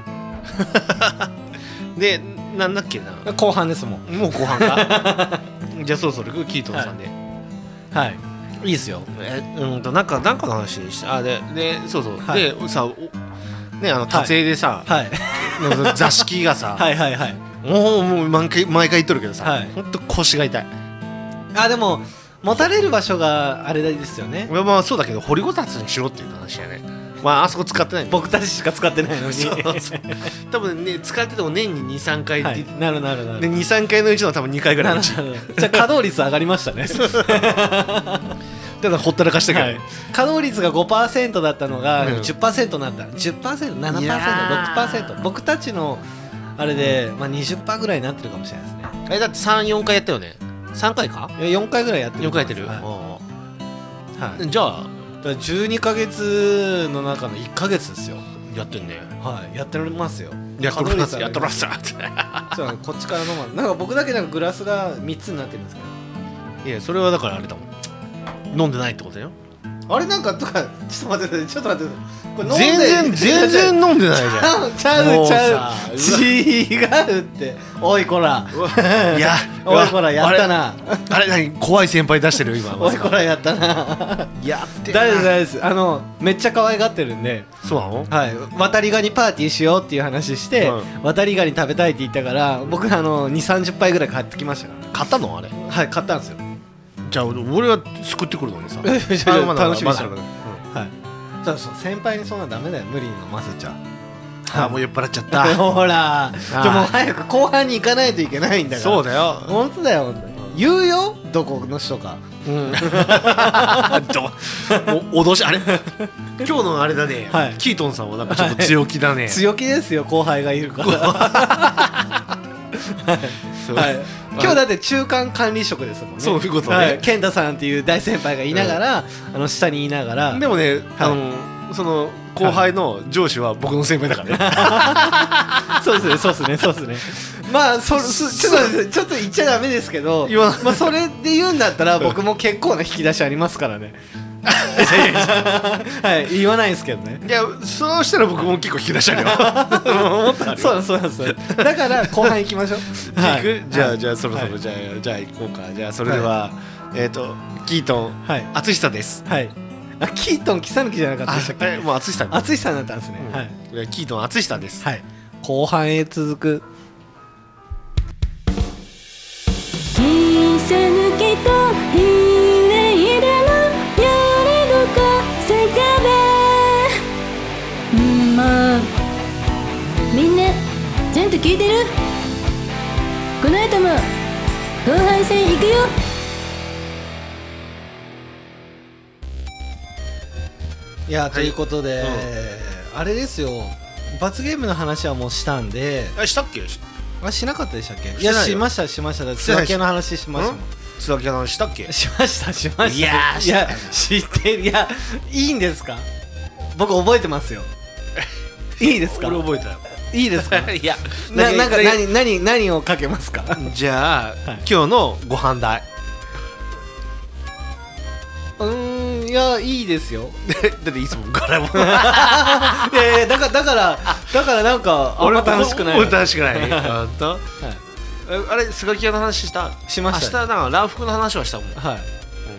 Speaker 3: でなんだっけな、
Speaker 2: 後半ですもん。
Speaker 3: もう後半かじゃあそろそろキートンさんで。
Speaker 2: はい、いいですよ。
Speaker 3: なんかの話にして、でそうそう、でさね、達成でさ、座敷がさ、もう毎回言っとるけどさ、ほんと腰が痛い。
Speaker 2: でも持たれる場所があれですよね。
Speaker 3: まあそうだけど掘りごたつにしろっていう話やね。まああそこ使ってない、
Speaker 2: 僕たちしか使ってないのに
Speaker 3: 多分ね、使ってても年に 2,3 回って、
Speaker 2: なるで
Speaker 3: 2,3 回のうちの多分2回ぐらい。
Speaker 2: じゃあ稼働率上がりましたね
Speaker 3: ただほったらかしたけど、
Speaker 2: 稼働率が 5% だったのが 10% になった。 10%、7%、6%、僕たちのあれで、20% ぐらいになってるかもしれないですね。
Speaker 3: だって 3,4 回やったよね。3回か
Speaker 2: 4回ぐらいやってる。
Speaker 3: 4回やってる。じゃあ
Speaker 2: 12ヶ月の中の1ヶ月ですよ。
Speaker 3: やってんね。
Speaker 2: はい、やってますよ。
Speaker 3: やってますやってます
Speaker 2: こっちから飲まなんか僕だけなんかグラスが3つになってるんですけ
Speaker 3: ど。いやそれはだからあれだもん、飲んでないってことだよ。
Speaker 2: あれなんかとかちょっと待ってこれ
Speaker 3: 全然飲んでないじゃん。
Speaker 2: ちゃう違うって。おいこら
Speaker 3: いや
Speaker 2: おいこらやったな。
Speaker 3: あれ何怖い先輩出してる今。
Speaker 2: おいこらやったな。
Speaker 3: やって
Speaker 2: 大丈夫です。めっちゃ可愛がってるんで。
Speaker 3: そうなの。
Speaker 2: はい、渡りガニパーティーしようっていう話して、渡りガニ食べたいって言ったから僕2,30 杯ぐらい買ってきましたから。
Speaker 3: 買ったのあれ。
Speaker 2: はい、買ったんですよ。
Speaker 3: じゃあ俺は救ってくるのにさ
Speaker 2: 楽しみにしてる。はい、そう先輩にそんなダメだよ、無理に飲ませちゃ。
Speaker 3: もう酔っ払っちゃった。
Speaker 2: ほらでも早く後半に行かないといけないんだから。
Speaker 3: そうだよ、
Speaker 2: 本当だよ。言うよ、どこの人か。
Speaker 3: 脅しあれ今日のあれだね、キートンさんはなんかちょっと強気だね。
Speaker 2: 強気ですよ、後輩がいるから今日だって中間管理職ですもんね。
Speaker 3: そういうことね。
Speaker 2: 健太さんっていう大先輩がいながら、下にいながら。
Speaker 3: でもね、その後輩の上司は僕の先輩だからね。
Speaker 2: そうですね。まあちょっと言っちゃダメですけど、それで言うんだったら僕も結構な引き出しありますからね。はい、言わないんですけどね。
Speaker 3: いや、そうしたら僕も結構引き出しあるよ。
Speaker 2: そうだから後半行きましょう。
Speaker 3: じゃあそろそろじゃあ行こうか。じゃあそれではキートン敦久です。
Speaker 2: はい。キートン木ぬきじゃなかったでしたっけ。
Speaker 3: もう敦久
Speaker 2: さんだったんですね。
Speaker 3: はい。キートン敦久です。
Speaker 2: はい。後半へ続く。
Speaker 4: 木ぬきとひねいでのみんなちゃんと聞いてる？この後も後半戦行くよ。
Speaker 2: いや、ということで、あれですよ、罰ゲームの話はもうしたんで。
Speaker 3: したっけ？
Speaker 2: しなかったでしたっけ？いや、しました。ツアキャの話しましたもん。
Speaker 3: ツアキャの話したっけ？
Speaker 2: しました。いや知ってる。いや、いいんですか？ 僕覚えてますよ。いいですか？
Speaker 3: 俺覚えたよ。
Speaker 2: いいですか？
Speaker 3: いや、
Speaker 2: なんか何をかけますか？
Speaker 3: じゃあ、今日のご飯代。
Speaker 2: いや、いいですよ。
Speaker 3: だっていつもからも。
Speaker 2: いやだからなんかあんま楽しくない。
Speaker 3: 俺楽しくない。本当？あれ、スガキ屋の話した？
Speaker 2: しました。
Speaker 3: 明日なんかラウフクの話はしたもん。
Speaker 2: はい。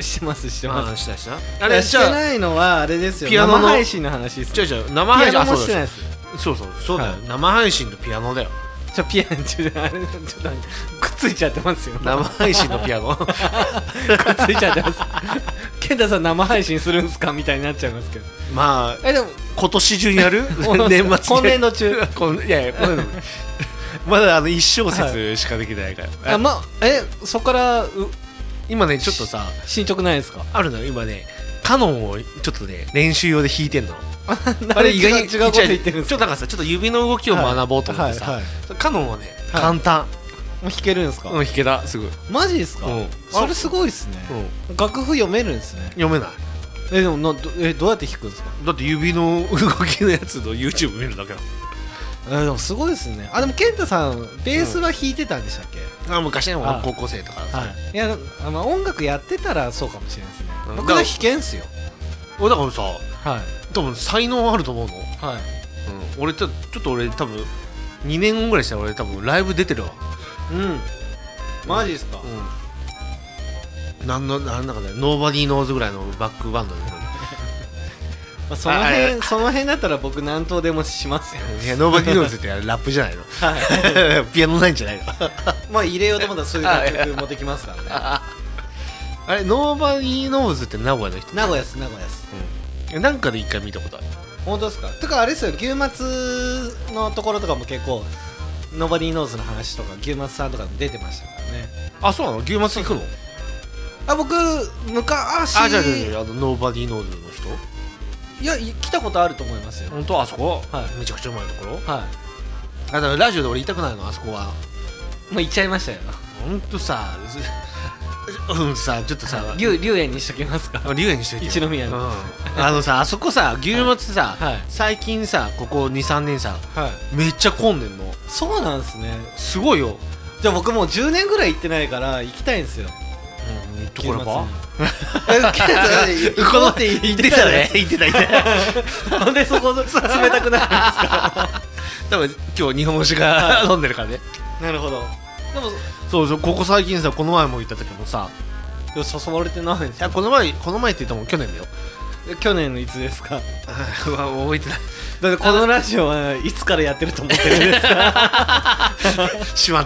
Speaker 2: してます。
Speaker 3: あれ
Speaker 2: してないのはあれですよ。
Speaker 3: ピアノの
Speaker 2: 生配信の話です。
Speaker 3: じゃ生配信もしてないです。そうだよ。生配信のピアノだよ。
Speaker 2: ピアノちょっとくっついちゃってますよ。
Speaker 3: 生配信のピアノ。くっ
Speaker 2: ついちゃってます。健太さん生配信するんすかみたいになっちゃいますけど。
Speaker 3: まあでも今年中にやる？年末。
Speaker 2: 今年度中。
Speaker 3: いやまだ1小節しかできないから。
Speaker 2: そこから
Speaker 3: 今ねちょっとさ
Speaker 2: 進捗ないですか？
Speaker 3: あるのよ今ね。カノンをちょっとね練習用で弾いてんの。
Speaker 2: あれ意外に違うこと言ってるんですか？
Speaker 3: ちょっとなんかさちょっと指の動きを学ぼうと思ってさ、カノンはね簡単。
Speaker 2: 弾けるんですか？
Speaker 3: 弾けたすぐ。
Speaker 2: マジですか？それすごいっすね。楽譜読めるんですね。
Speaker 3: 読めない。
Speaker 2: でもどうやって弾くんですか？
Speaker 3: だって指の動きのやつの YouTube 見るだけだ。
Speaker 2: でもすごいですね。でも健太さんベースは弾いてたんでしたっけ？
Speaker 3: 昔ね高校生とか。
Speaker 2: いや音楽やってたらそうかもしれないですね。僕は弾けんすよ。
Speaker 3: 俺だからさ、多分才能あると思うの。俺ちょっと俺多分2年後ぐらいしたら俺多分ライブ出てるわ。
Speaker 2: マジですか？
Speaker 3: なんだかね、ノーバディーノーズぐらいのバックバンドで。
Speaker 2: その辺だったら僕何とでもしますよ。
Speaker 3: いやノーバディーノーズってラップじゃないの。ピアノないんじゃないの。
Speaker 2: まあ入れようと思ったらそういう楽曲持ってきますからね。
Speaker 3: あれノーバディーノーズって名古屋の人？
Speaker 2: 名古屋です。
Speaker 3: なんかで一回見たことある。
Speaker 2: 本当ですか？てかあれですよ、牛松のところとかも結構ノーバディーノーズの話とか牛松さんとかも出てましたからね。
Speaker 3: あ、そうなの？牛松行くの？
Speaker 2: 僕昔
Speaker 3: じゃあノーバディーノーズの人？
Speaker 2: いや来たことあると思いますよ。
Speaker 3: 本当？あそこ？めちゃくちゃうまいところ？だからラジオで俺言いたくないのあそこは。
Speaker 2: もう行っちゃいましたよ。
Speaker 3: 本当さ。ちょっとさ
Speaker 2: 龍園にしときますか？
Speaker 3: 龍園にしといて。
Speaker 2: 一宮の
Speaker 3: あそこさ牛松さ最近さここ 2,3 年さめっちゃ混んでんの。
Speaker 2: そうなんですね。
Speaker 3: すごいよ。
Speaker 2: じゃあ僕もう10年ぐらい行ってないから行きたいんですよ。
Speaker 3: どこらか？
Speaker 2: 行こうって言ってたね。
Speaker 3: 言ってた。
Speaker 2: なんでそこ冷たくなるんですか？
Speaker 3: 多分今日日本酒が飲んでるからね。
Speaker 2: なるほど。でも
Speaker 3: そうここ最近さこの前も言った時もさ
Speaker 2: 誘われてないんですよ。
Speaker 3: この前って言ったもん去年だよ。
Speaker 2: 去年のいつですか？
Speaker 3: 覚えてない。
Speaker 2: だってこのラジオはいつからやってると思ってるんですか？
Speaker 3: しまった。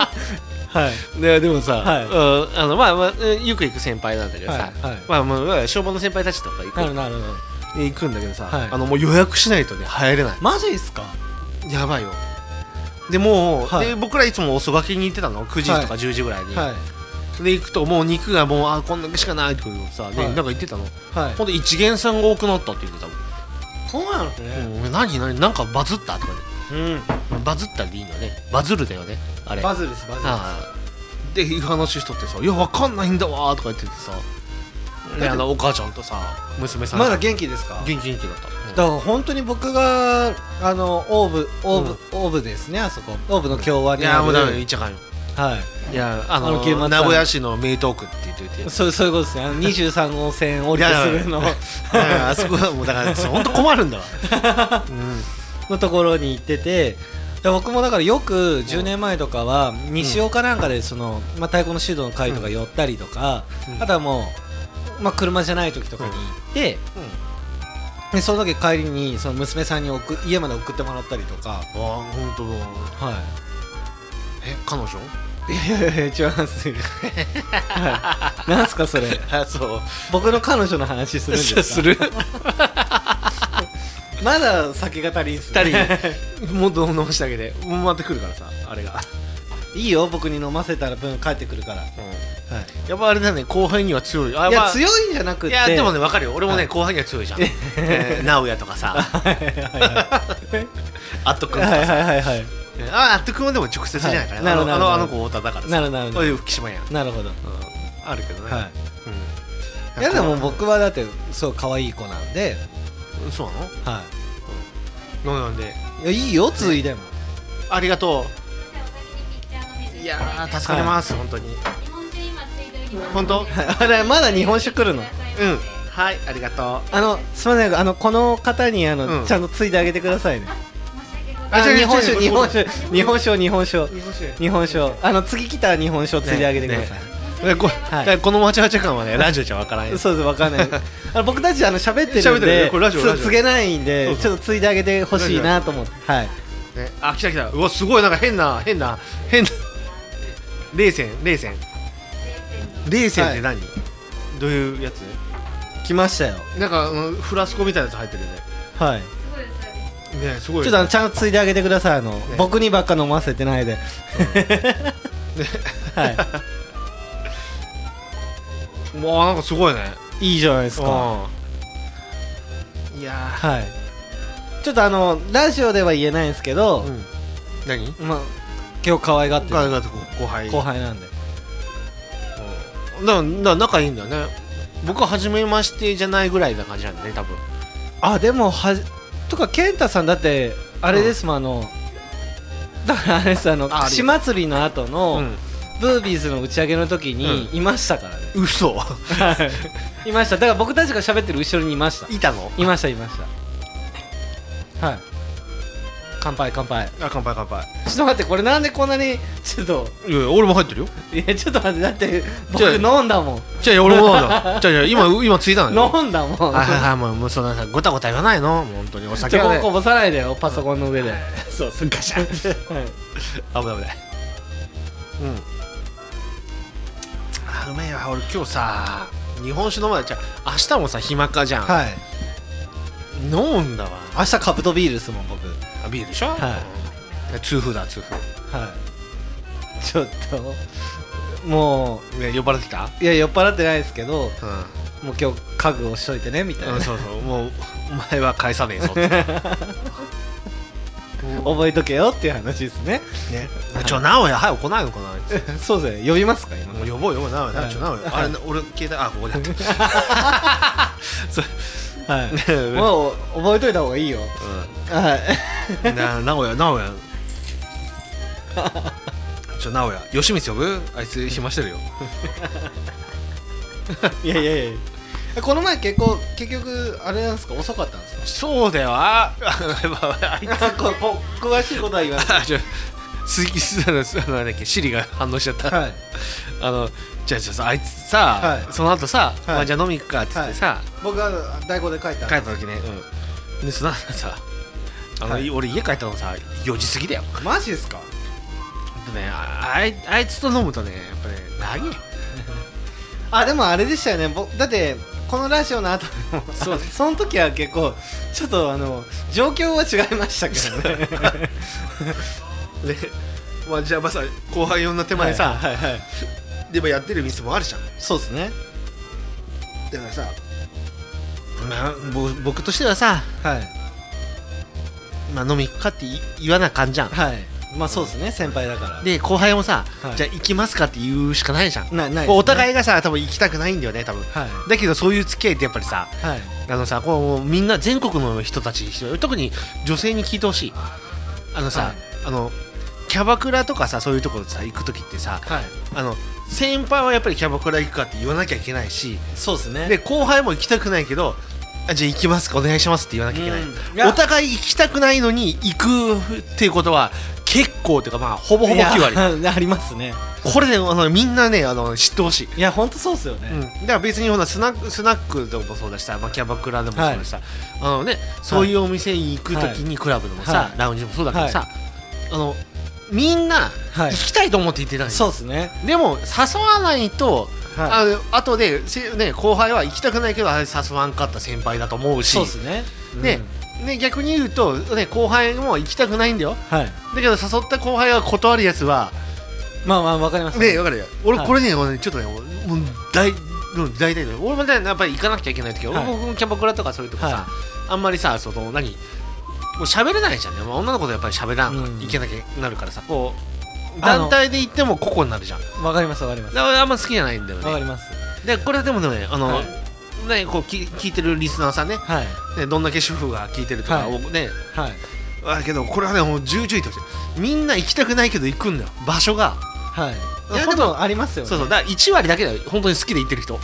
Speaker 3: でもさ、よく行く先輩なんだけどさ、消防の先輩たちとか行くんだけどさ、もう予約しないとね入れない。
Speaker 2: マジですか？
Speaker 3: やばいよ。でもう、で僕らいつも遅がけに行ってたの9時とか10時ぐらいに、で行くともう肉がもうこんだけしかないってことでさ、でなんか言ってたの、ほんと一元さんが多くなったって言ってたもん。
Speaker 2: そうなんですね。
Speaker 3: 何なんかバズったとかね、バズったでいいんだよね。バズるだよねあれ。
Speaker 2: バズるです。
Speaker 3: でいう話しとってさ、いやわかんないんだわとか言っててさ、お母ちゃんとさ娘さん
Speaker 2: まだ元気ですか？
Speaker 3: 元気だった。
Speaker 2: だから本当に僕がオーブですね、あそこオーブの共和にある。
Speaker 3: いやもうダメ言っちゃかんよ。いや名古屋市の名東区って言ってて、
Speaker 2: そういうことですね。23号線降りてすぐの
Speaker 3: あそこはもうだから本当困るんだわ。
Speaker 2: のところに行ってて、僕もだからよく10年前とかは西岡なんかで太鼓の指導の会とか寄ったりとか、あとはもう車じゃない時とかに行って、でその時帰りにその娘さんに家まで送ってもらったりとか。
Speaker 3: 本当だ。彼女？
Speaker 2: いや違いますなんすかそれ。
Speaker 3: そう
Speaker 2: 僕の彼女の話するんですか？
Speaker 3: する。
Speaker 2: まだ酒が足りんす
Speaker 3: ね。もっと飲ましてあげて、もう回ってくるからさあれが。
Speaker 2: いいよ僕に飲ませたら分帰ってくるから。
Speaker 3: やっぱあれだね、後輩には強い。
Speaker 2: いや強いんじゃなくて、
Speaker 3: いやでもね分かるよ。俺もね後輩には強いじゃん。直哉とかさ、あっとくんとかさ。あっとくんはでも直接じゃないからね。あの子太田だからさ。
Speaker 2: なるほど。
Speaker 3: そういう福島やん。
Speaker 2: なるほど。
Speaker 3: あるけどね。
Speaker 2: いやでも僕はだってそう可愛い子なんで。
Speaker 3: そうなの？はい。なんで？
Speaker 2: いやいいよついでも。
Speaker 3: ありがとう。いやー助かります、本当に。本当？
Speaker 2: あれまだ日本酒来るの？
Speaker 3: うん。はい、ありがと
Speaker 2: う。すみません、この方にちゃんとついであげてくださいね。日本酒。次来たら日本酒をついであげてください。
Speaker 3: このわちゃわちゃ感はね、ラジオじゃわからない。
Speaker 2: そうです、わからない。僕たち喋ってるんで、告げないんで、ちょっとついであげてほしいなと思って。はい。
Speaker 3: あ、来た。うわ、すごい、なんか変な。冷泉って何？どういうやつ？
Speaker 2: 来ましたよ。
Speaker 3: なんかフラスコみたいなやつ入ってるよね。
Speaker 2: はい。
Speaker 3: ね、すごい。
Speaker 2: ちょっとちゃんとついであげてください。僕にばっか飲ませてないで。はい。
Speaker 3: もうなんかすごいね。
Speaker 2: いいじゃないですか。
Speaker 3: いや
Speaker 2: はい。ちょっとラジオでは言えないんですけど。
Speaker 3: 何？
Speaker 2: まあ今日可愛がってる。
Speaker 3: 後輩
Speaker 2: なんで。
Speaker 3: だ仲いいんだよね。僕は初めましてじゃないぐらいな感じなんでね、多分。
Speaker 2: あ、でもとか健太さんだってあれですもん、だからあれです串祭りの後のブービーズの打ち上げの時にいましたからね。
Speaker 3: 嘘。
Speaker 2: いました。だから僕たちが喋ってる後ろにいました。
Speaker 3: いたの？
Speaker 2: いました。はい。乾杯。
Speaker 3: 乾杯。
Speaker 2: ちょっと待って、これなんでこんなにちょっと。
Speaker 3: いや、俺も入ってるよ。
Speaker 2: いや、ちょっと待って、だって僕飲んだもん。
Speaker 3: 俺も飲んだ。今ついたのよ。
Speaker 2: 飲んだもん。
Speaker 3: もうそんなさ、ごたごた言わないの、本当に。お酒はね。
Speaker 2: こぼさないでよ、パソコンの上で。
Speaker 3: そう、ガシャン。危ない。うめえよ。俺今日さ、日本酒飲まない。じゃあ明日もさ、暇かじゃん。
Speaker 2: はい。
Speaker 3: 飲んだわ。
Speaker 2: 明日カブトビールですもん、僕。
Speaker 3: ビールでしょ。
Speaker 2: はい。
Speaker 3: 痛風。はい。
Speaker 2: ちょっともう
Speaker 3: 酔っ払ってきた？
Speaker 2: いや、酔っ払ってないですけど、もう今日家具をしといてねみたいな。
Speaker 3: そう、もうお前は返さねえぞって
Speaker 2: 覚えとけよっていう話ですね。
Speaker 3: 直哉早く来ないのかな。
Speaker 2: そうですね、呼びますか今。
Speaker 3: 呼ぼう直哉。あれ、俺携帯、ここで
Speaker 2: はい、もう覚えといた方がいいよ。はい。
Speaker 3: 直哉吉光呼ぶ？あいつ暇してるよ。
Speaker 2: いやこの前結局あれなんですか、遅かったんですか？
Speaker 3: そうだよ。あいつ
Speaker 2: 詳しいことは言わない。
Speaker 3: なんだっけ、シリが反応しちゃった。
Speaker 2: はい。
Speaker 3: じゃああいつさ、その後さ、じゃあ飲み行くかっつってさ、
Speaker 2: 僕が代行で帰った
Speaker 3: 時ね。でその後さ、俺家帰ったのさ4時過ぎだよ。
Speaker 2: マジですか？
Speaker 3: あいつと飲むとね、やっぱね、長い。
Speaker 2: でもあれでしたよね。だってこのラジオの後その時は結構ちょっと状況は違いましたけどね。
Speaker 3: じゃあさ、後輩呼んだ手前さ、でもやってる店もあるじゃん。
Speaker 2: そうですね。
Speaker 3: だからさ、僕としてはさ、飲み行くかって言わなあかんじゃん。
Speaker 2: そうですね、先輩だから。
Speaker 3: で後輩もさ、じゃあ行きますかって言うしかないじゃん。お互いがさ、多分行きたくないんだよね、多分。だけどそういう付き合いってやっぱりさ、こうみんな全国の人たち、特に女性に聞いてほしい。キャバクラとかさ、そういうところさ行く時ってさ、先輩はやっぱりキャバクラ行くかって言わなきゃいけないし、
Speaker 2: そうですね。
Speaker 3: で後輩も行きたくないけど、じゃあ行きますか、お願いしますって言わなきゃいけない。お互い行きたくないのに行くっていうことは結構っていうか、ほぼほぼ9割
Speaker 2: ありますね。
Speaker 3: これね、みんなね、知ってほしい。
Speaker 2: いや、ほんとそうっすよね。
Speaker 3: だから別にスナックでもそうだしさ、キャバクラでもそうだしさ、そういうお店に行くときにクラブでもさ、ラウンジもそうだけどさ、みんな行きたいと思って言ってたんですよ。
Speaker 2: そうですね。
Speaker 3: でも誘わないと、後で後輩は行きたくないけど、誘わんかった先輩だと思うし。
Speaker 2: そうですね。
Speaker 3: 逆に言うと、後輩も行きたくないんだよ。だけど誘った後輩が断るやつは、
Speaker 2: わかりますね。
Speaker 3: わかるよ。俺これね、ちょっとね、もう大体ね、俺もね、やっぱり行かなきゃいけない時は、僕もキャバクラとかそういうとこさ、あんまりさ、もう喋れないじゃんね。女の子とやっぱり喋らん、いけなきゃなるからさ、こう団体で行っても個々になるじゃん。
Speaker 2: わかります。だか
Speaker 3: らあんま好きじゃないんだよね。
Speaker 2: わかります。
Speaker 3: でこれでもね、 ねこう聞いてるリスナーさんね、ねどんだけ主婦が聞いてるとかね、だけどこれはねもう重々言ってほしい。みんな行きたくないけど行くんだよ、場所が。
Speaker 2: いやでもありますよね。
Speaker 3: そうだから1割だけだよ本当に好きで行ってる人。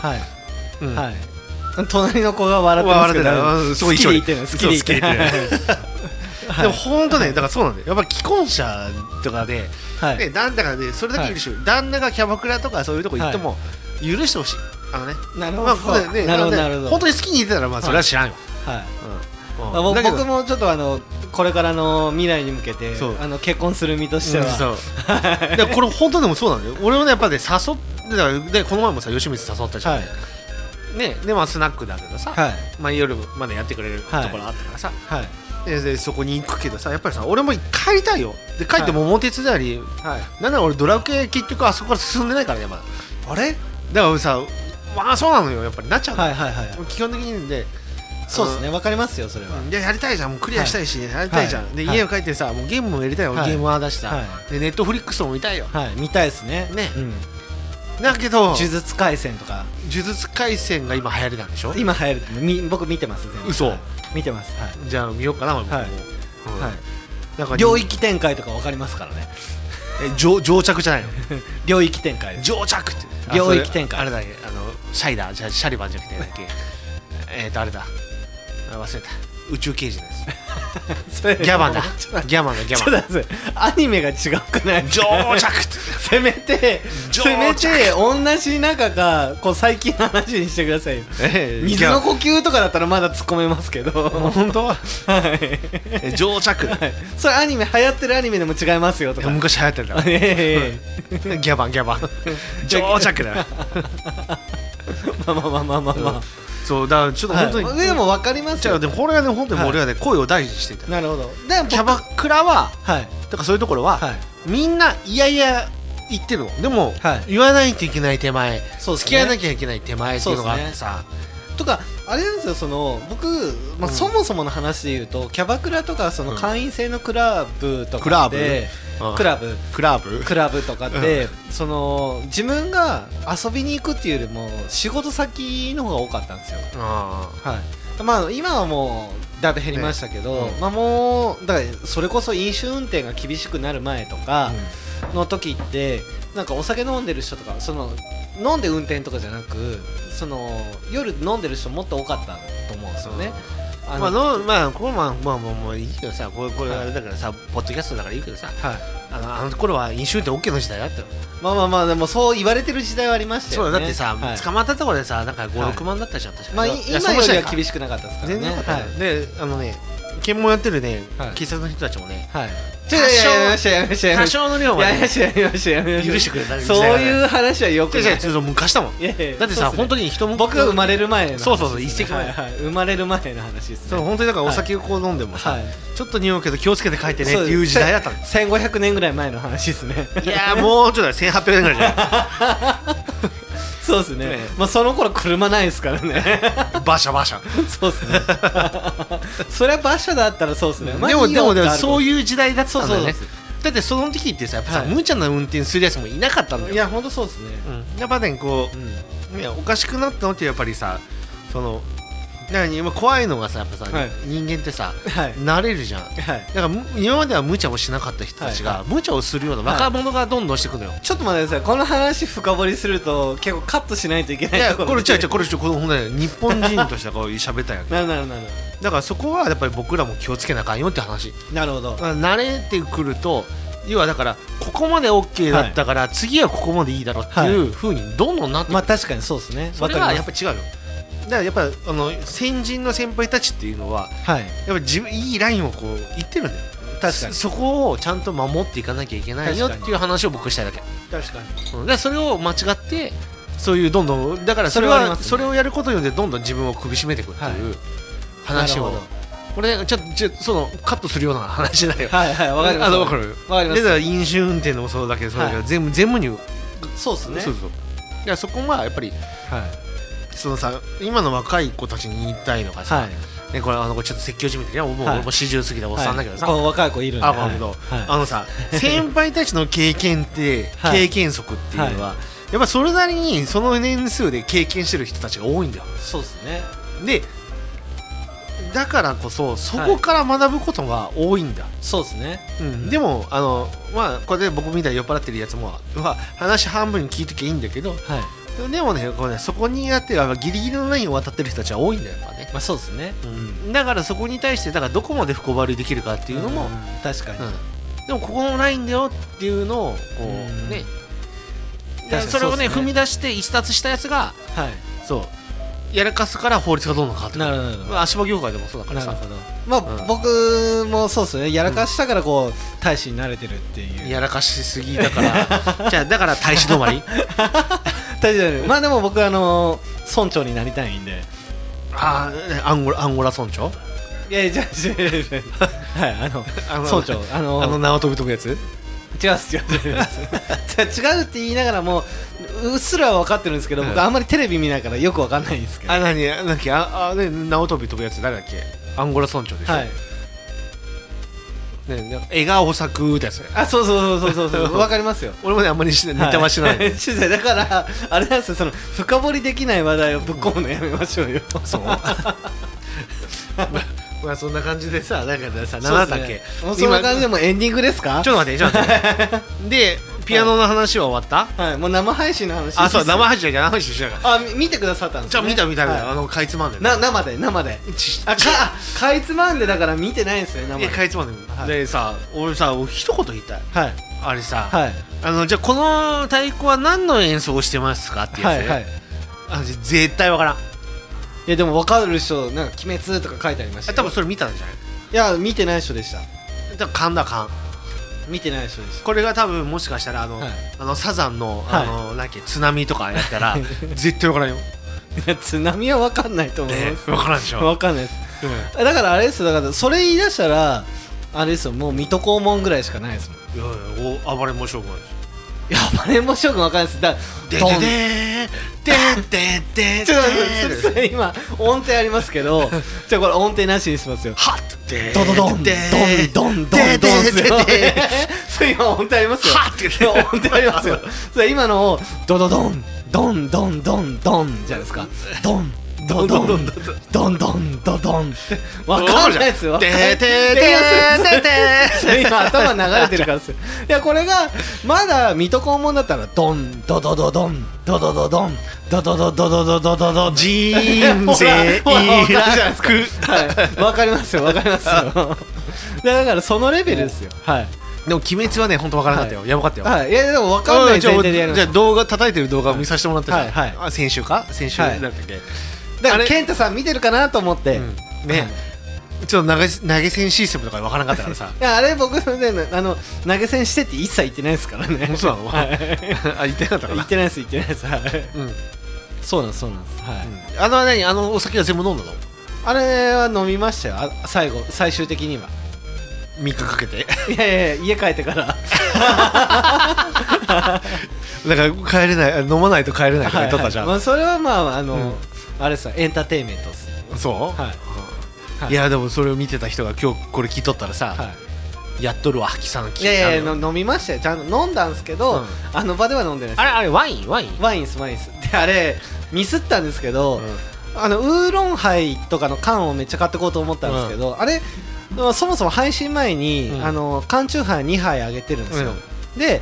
Speaker 2: 隣の子が笑ってますけど、
Speaker 3: すごい
Speaker 2: 好きで行ってるの、好きで行ってる。
Speaker 3: でも本当ね、だからそうなんだよ。やっぱ既婚者とかで、旦那がねそれだけ許してる。旦那がキャバクラとかそういうとこ行っても許してほしい。
Speaker 2: なるほど。
Speaker 3: 本当に好きにいてたらまあそれは知らんよ。
Speaker 2: 僕もちょっとこれからの未来に向けて結婚する身としては、
Speaker 3: でこれ本当でもそうなんだよ。俺もねやっぱね誘ってでこの前もさ吉光誘ったじゃんね。でまあスナックだけどさ、まあ夜までやってくれるところあったからさ、でそこに行くけどさ、やっぱりさ俺も帰りたいよ。で帰って桃鉄であり、なんなら俺ドラクエ結局あそこから進んでないからねまだ。あれだからさ、まあそうなのよ、やっぱりなっちゃう。基本的にで
Speaker 2: そうですね、わかりますよそれは。
Speaker 3: でやりたいじゃん、もうクリアしたいしやりたいじゃん。で家を帰ってさもうゲームもやりたいよ、ゲームはだしさ、でネットフリックスも見たいよ。
Speaker 2: 見たいですね。
Speaker 3: だけど
Speaker 2: 呪術廻戦とか。
Speaker 3: 呪術廻戦が今流行りなんでしょ。
Speaker 2: 今流行る。僕見てます。
Speaker 3: 嘘。
Speaker 2: 見てます。
Speaker 3: じゃあ見ようかな俺も。
Speaker 2: なんか領域展開とかわかりますからね。
Speaker 3: 上着じゃないの。
Speaker 2: 領域展開。
Speaker 3: 上着って。
Speaker 2: 領域展開。
Speaker 3: あれだね、シャイダーじゃシャリバンじゃなくてなんだっけ。あれだ。忘れた。宇宙刑事です。ギャバンだ。ギャバン。
Speaker 2: アニメが違くない。
Speaker 3: 上着って。
Speaker 2: せめて同じ中かこう最近の話にしてくださいよ。水の呼吸とかだったらまだ突っ込めますけど。
Speaker 3: 本当は。上着。
Speaker 2: それアニメ流行ってるアニメでも違いますよとか。
Speaker 3: 昔流行ってた。ギャバン。上着だよ。
Speaker 2: まあ。
Speaker 3: そうだからちょっと本当に
Speaker 2: でも分かりますよ。
Speaker 3: でもこれはね本当に俺はね声を大事にしていた。
Speaker 2: なるほど。
Speaker 3: キャバクラはとかそういうところはみんないやいや言ってるの。でも言わないといけない手前、付き合わなきゃいけない手前っていうのがあってさ。
Speaker 2: とかあれなんですよ、僕そもそもの話で言うとキャバクラとか会員制のクラブとかでクラブとかって自分が遊びに行くっていうよりも仕事先の方が多かったんですよ。まあ今はもうだいぶ減りましたけど、もうだからそれこそ飲酒運転が厳しくなる前とかの時ってなんかお酒飲んでる人とか飲んで運転とかじゃなく夜飲んでる人もっと多かったと思うんですよね。
Speaker 3: これもういいけどさ、これあれだからさ、ポッドキャストだからいいけどさ、あの頃は飲酒運転 OK の時代だったよ。
Speaker 2: まあでもそう言われてる時代はありましたよね。
Speaker 3: そうだってさ、捕まったところでさなんか5、6万だったじゃん確か。
Speaker 2: まあ今よりは厳しくなかったですからね。
Speaker 3: 全然なかったで検問やってるね警察の人たちもね、多少の量は許してくれた。
Speaker 2: そういう話はよくない。
Speaker 3: 昔だもん。だってさ本当に人も
Speaker 2: 僕が生まれる前の
Speaker 3: そう一世紀前
Speaker 2: 生まれる前の話ですね。
Speaker 3: 本当にだからお酒をこう飲んでもさちょっと匂うけど気をつけて帰ってねっていう時代だったの。
Speaker 2: 1500年ぐらい前の話ですね。
Speaker 3: いやもうちょっと1800年ぐらいじゃない
Speaker 2: そうですね。まあその頃車ないですからね。
Speaker 3: 馬車
Speaker 2: そうですね。それは馬車だったらそうですね。
Speaker 3: でもそういう時代だったんだよね。だってその時ってさやっぱさ無茶な運転するやつもいなかったんだよ。
Speaker 2: いや本当そうですね。
Speaker 3: やっぱねこうおかしくなったのってやっぱりさ怖いのがさやっぱさ人間ってさ慣れるじゃん。だから今までは無茶をしなかった人たちが無茶をするような若者がどんどんしてくのよ。
Speaker 2: ちょっと待ってください。この話深掘りすると結構カットしないといけないところ。
Speaker 3: これほんと日本人としてこう喋ったやん。
Speaker 2: なる
Speaker 3: だからそこはやっぱり僕らも気をつけなあかんよって話。
Speaker 2: なるほど。
Speaker 3: 慣れてくると要はだからここまで OK だったから次はここまでいいだろうっていう風にどんどんなってくる。
Speaker 2: まあ確かにそうですね。
Speaker 3: それはやっぱり違うよ。だからやっぱ先人の先輩たちっていうのはやっぱりいいラインをこう言ってるんだよ。確かにそこをちゃんと守っていかなきゃいけないよっていう話を僕したいだけ。
Speaker 2: 確かに。
Speaker 3: でそれを間違ってそういうどんどんだからそれをやることによってどんどん自分を首絞めていくっていう話を。これちょっとカットするような話だよ。わ
Speaker 2: かります。
Speaker 3: わかる。だから飲酒運転もそうだけど全部に
Speaker 2: そうですね。
Speaker 3: そうそこはやっぱり今の若い子たちに言いたいのがさ、これちょっと説教じみて俺も40過ぎたおっさんだけどさ、
Speaker 2: 若い子いるんで
Speaker 3: さ先輩たちの経験って経験則っていうのはやっぱそれなりにその年数で経験してる人たちが多いんだよ。
Speaker 2: そうですね。
Speaker 3: でだからこそそこから学ぶことが多いんだ、
Speaker 2: そうですね、
Speaker 3: でもまあこれで僕みたいに酔っ払ってるやつも話半分に聞いときゃいいんだけど、でもねこれねそこにやってギリギリのラインを渡ってる人たちは多いんだよね。
Speaker 2: まあそうですね、
Speaker 3: だからそこに対してだからどこまで深掘りできるかっていうのも、
Speaker 2: 確かに、
Speaker 3: でもここのラインだよっていうのをこうね、それをね踏み出して一冊したやつが、そうやらかすから法律がどんどん変わってくる。なるほど。足場業界でもそうだからさ。なるほど。
Speaker 2: まあ、僕もそうですね。やらかしたからこう大使になれてるっていう。
Speaker 3: やらかしすぎだからじゃあだから大使止まり
Speaker 2: 大使止まり。まあでも僕村長になりたいんで。
Speaker 3: アンゴラ村長。
Speaker 2: いやいやじゃあはい村長
Speaker 3: 縄跳び飛ぶやつ。
Speaker 2: 違うって言いながらもうっすら分かってるんですけど、僕あんまりテレビ見ないからよく分かんないんですけど。
Speaker 3: 縄跳び飛ぶやつ誰だっけ。アンゴラ村長でしょ。笑顔作ってやつ。
Speaker 2: そう分かりますよ。
Speaker 3: 俺もねあんまりネタはしない。
Speaker 2: だからあれなんですよ、その深掘りできない話題をぶっ込むのやめましょうよ。そう
Speaker 3: まあそんな感じでさ、だからさ、何だっけ、
Speaker 2: もうそんな感じでもエンディングですか。
Speaker 3: ちょっと待ってでピアノの話は終わった。
Speaker 2: はい、もう生配信の話。
Speaker 3: そう生配信じゃ生配信しながら
Speaker 2: 見てくださったんです
Speaker 3: よね。じゃあ見たかいつまんで
Speaker 2: 生でかいつまんでだから見てないんですよ。生で
Speaker 3: かいつまんででさ、俺さ一言言いたい。あれさ、じゃあこの太鼓は何の演奏をしてますかってやつ。絶対わからん。
Speaker 2: いやでも分かる人なんか鬼滅とか書いてありました。
Speaker 3: 多分それ見たんじゃない。
Speaker 2: いや見てない人でした。
Speaker 3: だから勘
Speaker 2: 見てない人でした。
Speaker 3: これが多分もしかしたらサザンの津波とかやったら絶対分からんよ。
Speaker 2: いや津波は分かんないと思います。
Speaker 3: 分からんでしょ。
Speaker 2: 分かんないです。だからあれですよ、だからそれ言い出したらあれですよ、もう水戸黄門ぐらいしかないですもん。
Speaker 3: いや暴れん坊将軍。
Speaker 2: いや暴れん坊将軍分かんないです。だそれ今音程ありますけど、じゃあこれ音程なしにしますよ。はっドドドンドンドンドンドンそれ今音程ありますよ。はっ音程ありますよ。それ今のをドドドンドンドンドンドンじゃないですか。ドンドドンドンドンドドンって分かんないですよ。それ今頭流れてるからですよ。いやこれがまだ水戸黄門だったらドンドドドドンドドドドンドドドドドドドドドン
Speaker 3: 人生いらく。
Speaker 2: 分かりますよ分かりますよ。だからそのレベルですよ。
Speaker 3: でも鬼滅はね本当分からなかったよ。やばかったよ。
Speaker 2: いやでも分かんない前提でやる。
Speaker 3: じゃあ動画叩いてる動画を見させてもらったじゃん。先週だったっけ。
Speaker 2: だから健太さん見てるかなと思って
Speaker 3: ね。ちょっと投げ銭システムとか分からなかったからさ。
Speaker 2: いやあれ僕ね投げ銭してって一切言ってないですからね。
Speaker 3: そうなの。言ってなかったかな。
Speaker 2: 言ってないですそうなんです。
Speaker 3: お酒は全部飲んだの。
Speaker 2: あれは飲みましたよ。最終的には
Speaker 3: 3日かけて。
Speaker 2: いや家帰ってから
Speaker 3: だから帰れない、飲まないと帰れないとか言っとったじゃん。
Speaker 2: それはまああれさエンターテインメントです。
Speaker 3: そういやでもそれを見てた人が今日これ聞いとったらさ、やっとるわ木さん。
Speaker 2: いや飲みましたよ。ちゃんと飲んだんですけど、あの場では飲んでないです。
Speaker 3: あれワイン
Speaker 2: ですであれミスったんですけど、ウーロンハイとかの缶をめっちゃ買ってこうと思ったんですけど、あれそもそも配信前に缶チューハイ2杯あげてるんですよ。で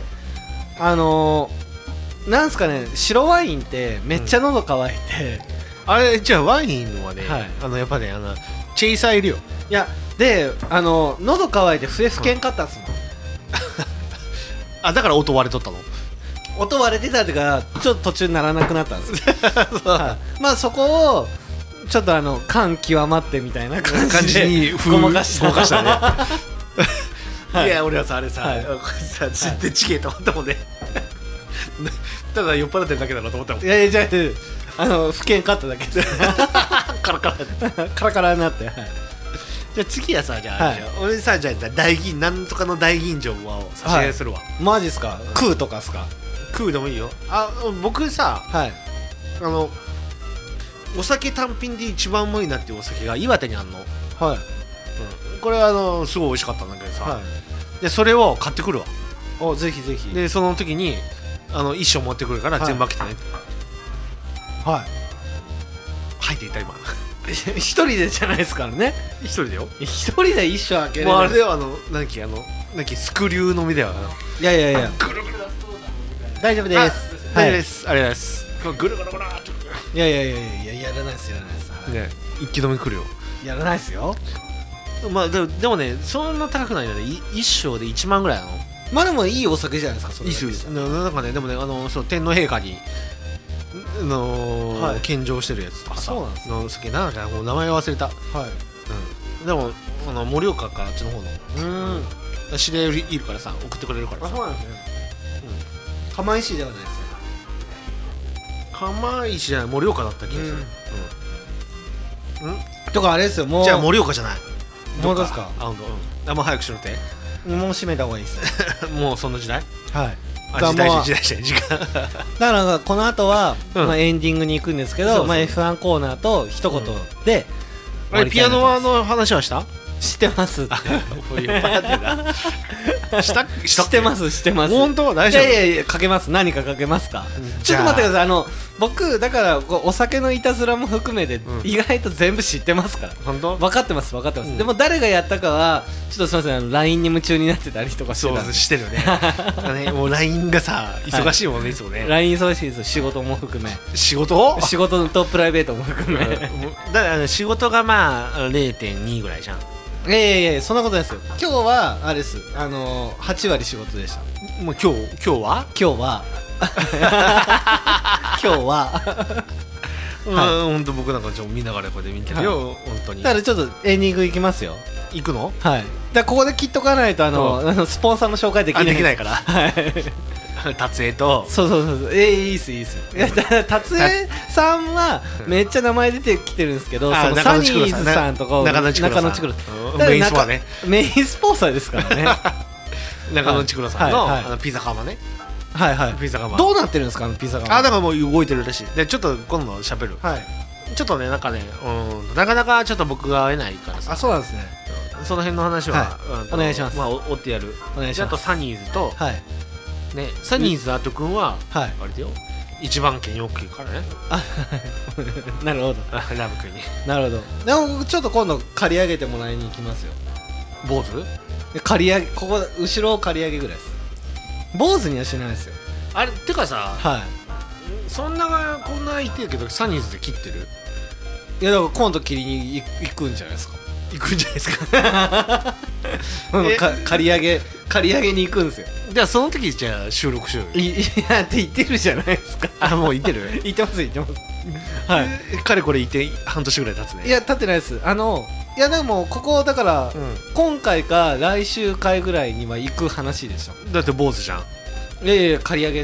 Speaker 2: なんすかね、白ワインってめっちゃ喉乾いて、
Speaker 3: あれじゃあワインはね、やっぱねチェイサーいるよ。
Speaker 2: いやで喉乾いて笛吹けんかったんですもん。
Speaker 3: だから音割れとったの。
Speaker 2: 音割れてたっていうかちょっと途中にならなくなったんですよ。まあそこをちょっと感極まってみたいな感じにごまかしたね。い
Speaker 3: や俺はさあれさ知ってちげえと思ったもんね。ただ酔っ払ってるだけだなと思ったもん。
Speaker 2: いやじゃあ不見かっただけです。カラカラになって。
Speaker 3: じゃあ次はさ、じゃあ俺さ、じゃあなんとかの大吟醸を差し上げするわ。
Speaker 2: マジっすか。空とかっすか。
Speaker 3: 空でもいいよ。僕さ、お酒単品で一番うまいなっていうお酒が岩手にあんの。これはすごい美味しかったんだけどさ、でそれを買ってくるわ。
Speaker 2: ぜひぜひ。
Speaker 3: でその時に衣装持ってくるから全部開けてね、入っていった今
Speaker 2: 一人でじゃないですからね。
Speaker 3: 一人だよ。
Speaker 2: 一人で一生開ける。
Speaker 3: もうあれだよ、なんだっけスクリューのみだよ。
Speaker 2: いや大丈夫です。
Speaker 3: 大丈夫です。ありがとうございます。ぐるぐるぐるっと。
Speaker 2: いややらないです
Speaker 3: ね、一気止め来るよ。
Speaker 2: やらないですよ。
Speaker 3: まあでもね、そんな高くないので一升で1万ぐらいなの。
Speaker 2: まあでもいいお酒じゃないですか。それ
Speaker 3: いいっすよ。なんかね、でもね、そう天皇陛下に献上してるやつとかさ、の酒なんかもう名前忘れた。でも盛岡かあっちの方の知り合いいるからさ、送ってくれるからさ。
Speaker 2: そうなんですね。釜石ではないですよ。
Speaker 3: 釜石じゃない、盛岡だった気がする。
Speaker 2: とかあれですよ、もう。
Speaker 3: じゃあ盛岡じゃない。
Speaker 2: どうですか。
Speaker 3: もう早くしろって。
Speaker 2: もう閉めた方がいいです。
Speaker 3: もうそんな時代。
Speaker 2: はい。
Speaker 3: 時間。
Speaker 2: だからこの後はエンディングに行くんですけど、F1 コーナーと一言で。
Speaker 3: ピアノの話はした？
Speaker 2: してますって。してます。
Speaker 3: 本当？大丈夫？
Speaker 2: いやかけます。何かかけますか？ちょっと待ってください。僕だからお酒のいたずらも含めて意外と全部知ってますから。
Speaker 3: 本当？
Speaker 2: 分かってます。でも誰がやったかはちょっとすみません、LINE に夢中になってたりとかしてたんで。
Speaker 3: そうしてるよね。もう LINE がさ忙しいもんね、いつもね。
Speaker 2: LINE 忙しいですよ。仕事も含め。
Speaker 3: 仕事
Speaker 2: とプライベートも含め。
Speaker 3: だから仕事がまあ 0.2 ぐらいじゃん。
Speaker 2: いやそんなことないですよ。今日はあれです。8割仕事でした。
Speaker 3: もう今日は本当僕なんかちょっと見ながらこれで見てるよ、本当に。
Speaker 2: だからちょっとエンディング行きますよ。
Speaker 3: 行くの？
Speaker 2: はい。だからここで切っとかないとスポンサーの紹介できない
Speaker 3: から。はい。達江と。
Speaker 2: そう。いいっす。いや達江さんはめっちゃ名前出てきてるんですけど、サニーズさんとか
Speaker 3: 中野ちくろさんメインスポーね。
Speaker 2: メインスポンサーですからね。
Speaker 3: 中野ちくろさんのピザ窯ね。ピザ窯
Speaker 2: どうなってるんですか、ピザ窯。
Speaker 3: だからもう動いてるらしい。でちょっと今度喋る。ちょっとね、なんかね、なかなかちょっと僕が会えないからさ。
Speaker 2: そうなんですね。
Speaker 3: その辺の話は
Speaker 2: お願いします。
Speaker 3: まあ追ってやる。
Speaker 2: お願いします。
Speaker 3: あとサニーズとね、サニーズの後くんはあれだよ、一番券よく行くからね。
Speaker 2: なるほど。
Speaker 3: ラブくんに。
Speaker 2: なるほど。でもちょっと今度借り上げてもらいに行きますよ。
Speaker 3: 坊主？
Speaker 2: 借り上げ、ここ後ろを借り上げぐらいです。坊主にはしないですよ。
Speaker 3: あれてかさ、そんなこんな言ってるけどサニーズで切ってる？
Speaker 2: いやだから今度切りに行くんじゃないですか。
Speaker 3: 行くんじゃないですか。
Speaker 2: 借り上げに行くんですよ。
Speaker 3: じゃあその時じゃあ収録しようよ。
Speaker 2: いやって言ってるじゃないですか。
Speaker 3: もう言ってる？
Speaker 2: 言ってます。
Speaker 3: はい。かれこれ言って半年ぐらい経つね。
Speaker 2: いや経ってないです。いやでもここだから、今回か来週回ぐらいには行く話でした。
Speaker 3: だって坊主じゃん。
Speaker 2: いや借り上げです。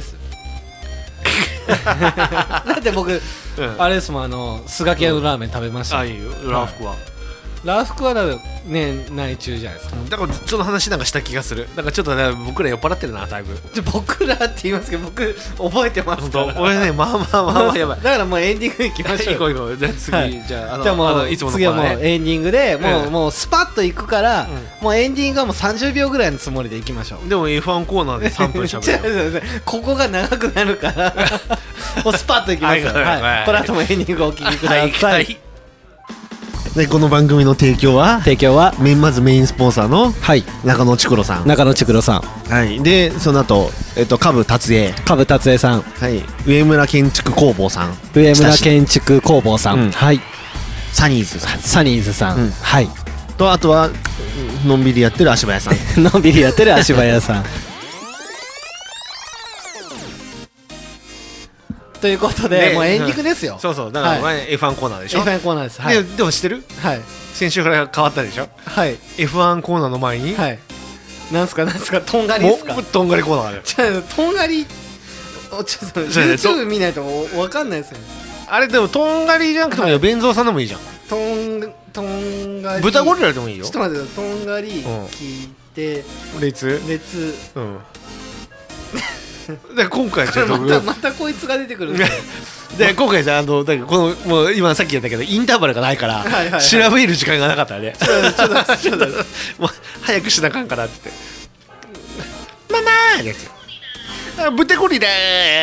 Speaker 2: だって僕、あれですもん、スガキ屋のラーメン食べました。
Speaker 3: いいよ。ラー服は
Speaker 2: ラー服はね、内中じゃないですか。
Speaker 3: だからその話なんかした気がする。だからちょっとね、僕ら酔っ払ってるな、だいぶ。
Speaker 2: 僕らって言いますけど、僕覚えてますから。
Speaker 3: 俺ね、まあやばい。
Speaker 2: だからもうエンディングいきましょう。
Speaker 3: 行こう。じゃあ次、じゃあ
Speaker 2: もういつもの次はもうエンディングでもうスパッと行くから、もうエンディングはもう30秒ぐらいのつもりで行きましょう。
Speaker 3: でも F1 コーナーで3分しゃべる。
Speaker 2: ここが長くなるからもうスパッと行きますよ。この後もエンディングお聞きください。
Speaker 3: でこの番組の提供はまずメインスポンサーの中野ちくろさん。はい。でその後下部達江
Speaker 2: さん。
Speaker 3: はい。上村建築工房さん。
Speaker 2: はい。
Speaker 3: サニーズさん。
Speaker 2: はい。
Speaker 3: とあとはのんびりやってる足早さん。
Speaker 2: ということで、もうエンディングですよ。
Speaker 3: そうだからF1 コーナーでしょ。
Speaker 2: F1 コーナーです。
Speaker 3: でも知ってる？先週から変わったでしょ。F1 コーナーの前に
Speaker 2: なんすかとんがりですか？
Speaker 3: とんがりコーナー。
Speaker 2: とんがりちょっと YouTube 見ないと分かんないですよね。
Speaker 3: あれでもとんがりじゃなくてもいいよ。弁蔵さんでもいいじゃん。
Speaker 2: とんがり
Speaker 3: 豚ゴリラでもいいよ。
Speaker 2: ちょっと待って、とんがり聞いて
Speaker 3: 列で今回
Speaker 2: ちょっとまたこいつが出てくるんです
Speaker 3: で今回さこのもう今さっきやったけどインターバルがないから調べる時間がなかったね。ちょっともう早くしなあかんからって言ってママーってやつ豚ゴリラ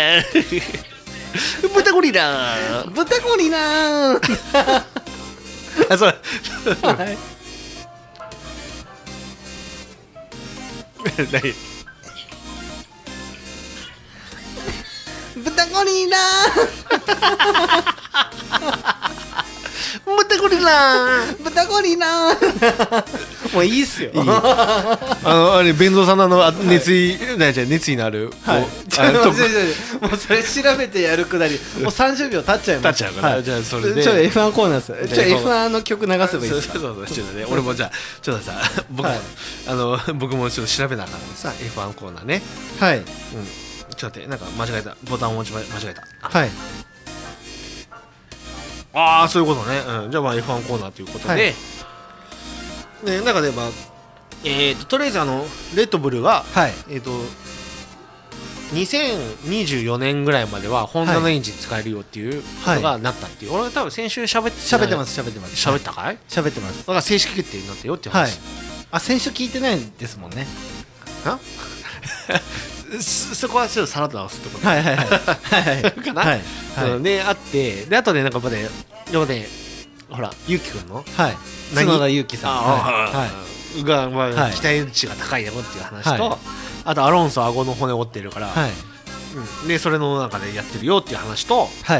Speaker 3: 豚ゴリラ
Speaker 2: 豚ゴリラ
Speaker 3: あ、そう
Speaker 2: はい
Speaker 3: 何
Speaker 2: 豚ゴリラ
Speaker 3: 豚ゴリラ
Speaker 2: 豚ゴリラもういいっすよ。
Speaker 3: あれ弁蔵さんの熱意、熱意のある
Speaker 2: はい。もうそれ調べてやるくだりもう30秒経っちゃいます。
Speaker 3: 経っちゃうから、じゃあそれで
Speaker 2: F1 コーナーです。F1 の曲流せばいいですか。
Speaker 3: そうちょっとね、俺もじゃあちょっとさ、僕もちょっと調べながらさ F1 コーナーね。
Speaker 2: はい。
Speaker 3: ちょっと待って、なんか間違えた、ボタンを間違えた。
Speaker 2: はい。
Speaker 3: ああ、そういうことね。じゃあまあ F1 コーナーということで、ね、中でまあとりあえずレッドブルは2024年ぐらいまではホンダのエンジン使えるよっていうことがなったっていう。俺は多分先週喋ってます。喋ったかい？喋ってます。だから正式決定になったよっていう話。
Speaker 2: あ、先週聞いてないですもんね。
Speaker 3: そこはちょっとさらっと直すってこと
Speaker 2: かな。
Speaker 3: であって、であとね、なんかでもね、ほらゆうきくんの
Speaker 2: 角田裕樹さん
Speaker 3: が期待値が高いよっていう話と、あとアロンソ顎の骨折ってるから、でそれの中でやってるよっていう話と、ハ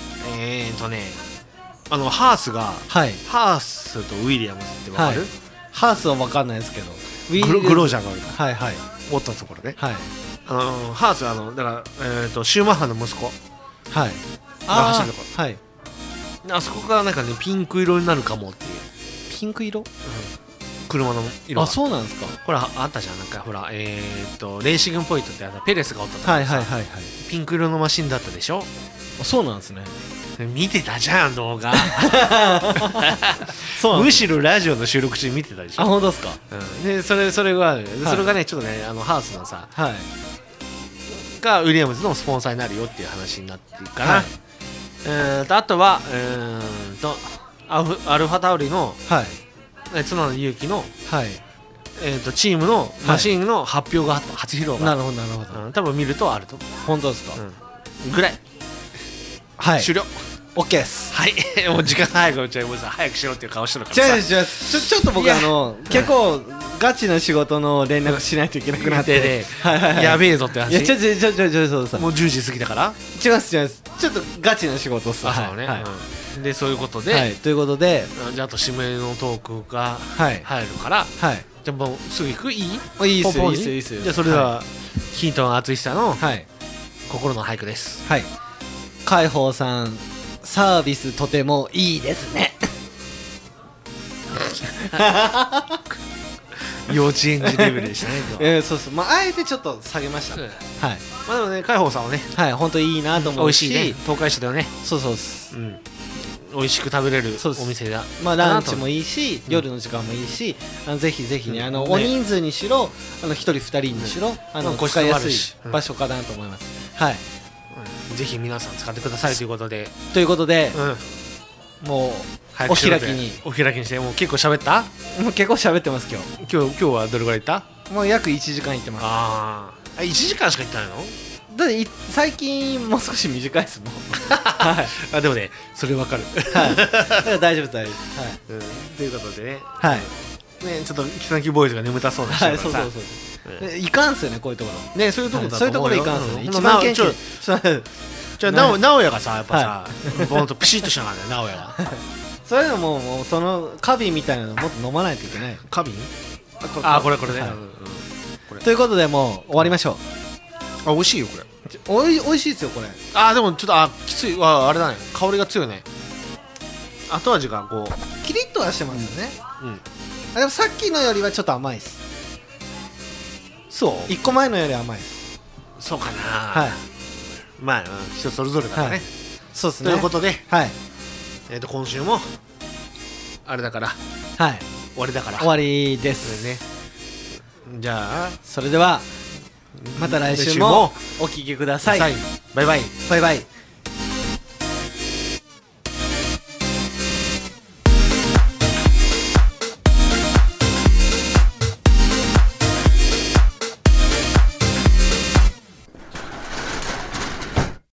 Speaker 3: ースがハースとウィリアムズってわかる？
Speaker 2: ハースは分かんないですけど、
Speaker 3: グロージャーが折ったところね。ハースはだからシューマッハの息子が走るところ、あそこがなんかねピンク色になるかもっていう。
Speaker 2: ピンク色？
Speaker 3: 車の色が。
Speaker 2: あ、そうなんですか。
Speaker 3: ほらあったじゃん、なんかほらレーシングポイントってペレスがおったところさ、ピンク色のマシンだったでしょ。
Speaker 2: そうなんですね。
Speaker 3: 見てたじゃん動画むしろラジオの収録中見てたでしょ。
Speaker 2: あ、本当ですか。
Speaker 3: でそれがねちょっとねハースのさがウィリアムズのスポンサーになるよっていう話になってるから、あとはアルファタウリの角田裕樹のチームのマシンの発表があった、初披露が。
Speaker 2: なるほど
Speaker 3: 多分見るとあると。
Speaker 2: 本当ですか。
Speaker 3: ぐらい。終了。
Speaker 2: OK です。
Speaker 3: はいもう時間早く早くしろっていう顔してるからさ。
Speaker 2: ちょっと僕結構ガチな仕事の連絡しないといけなくなって
Speaker 3: やべえぞって話。
Speaker 2: いやちょ
Speaker 3: もう10時過ぎだから。
Speaker 2: 違いますちょっとガチな仕事っす。
Speaker 3: そうね。でそういうことで、
Speaker 2: ということで、
Speaker 3: じゃああと指名のトークが入るから、じゃあもうすぐ行く？いい
Speaker 2: っす。
Speaker 3: じゃあそれではヒントの淳さんの心の俳句です。
Speaker 2: 海宝さんサービスとてもいいですね
Speaker 3: 幼稚園児レベルでしたね
Speaker 2: そうまああえてちょっと下げました。
Speaker 3: まあでもね、海宝さんはね
Speaker 2: 本当いいなと思うし、
Speaker 3: 美味しいね、東海市だよね。
Speaker 2: そうです。
Speaker 3: 美味しく食べれるお店だ。
Speaker 2: まあランチもいいし、夜の時間もいいし、ぜひぜひね、お人数にしろ1人2人にしろ使いやすい場所かなと思います。
Speaker 3: ぜひ皆さん使ってくださいということで、もうお開きにして。もう結構喋った？
Speaker 2: もう結構喋ってます。
Speaker 3: 今日はどれぐらいいった？
Speaker 2: もう約1時間いってます。
Speaker 3: 1時間しかいってないの？
Speaker 2: だって最近もう少し短いですもん
Speaker 3: でもね、それ分かる。
Speaker 2: 大丈夫です。
Speaker 3: ということでね、ちょっとキサンキボーイズが眠たそうな人がさ、
Speaker 2: いかんすよね、こういうところ。
Speaker 3: そういうところだと思うよ。
Speaker 2: そういうところいかんすよね。一番元気。
Speaker 3: じゃあ直哉がさ、やっぱさ、ほんとピシッとしながらね、直哉は。
Speaker 2: そういうのもその花瓶みたいなのもっと飲まないといけない。
Speaker 3: 花瓶？これね。
Speaker 2: ということでもう終わりましょう。
Speaker 3: 美味しいよこれ。
Speaker 2: 美味しいですよこれ。
Speaker 3: でもちょっときつい。あれだね、香りが強いね。後味がこう
Speaker 2: キリッとはしてますよね。でもさっきのよりはちょっと甘いです。
Speaker 3: そう。
Speaker 2: 1個前のより甘いです。
Speaker 3: そうかな。まあ人それぞれだからね。
Speaker 2: そうですね。
Speaker 3: ということで、今週もあれだから、終わりだから。
Speaker 2: 終わりです
Speaker 3: ね。じゃあ
Speaker 2: それではまた来週もお聞きください。
Speaker 3: バイバイ。
Speaker 2: バイバイ。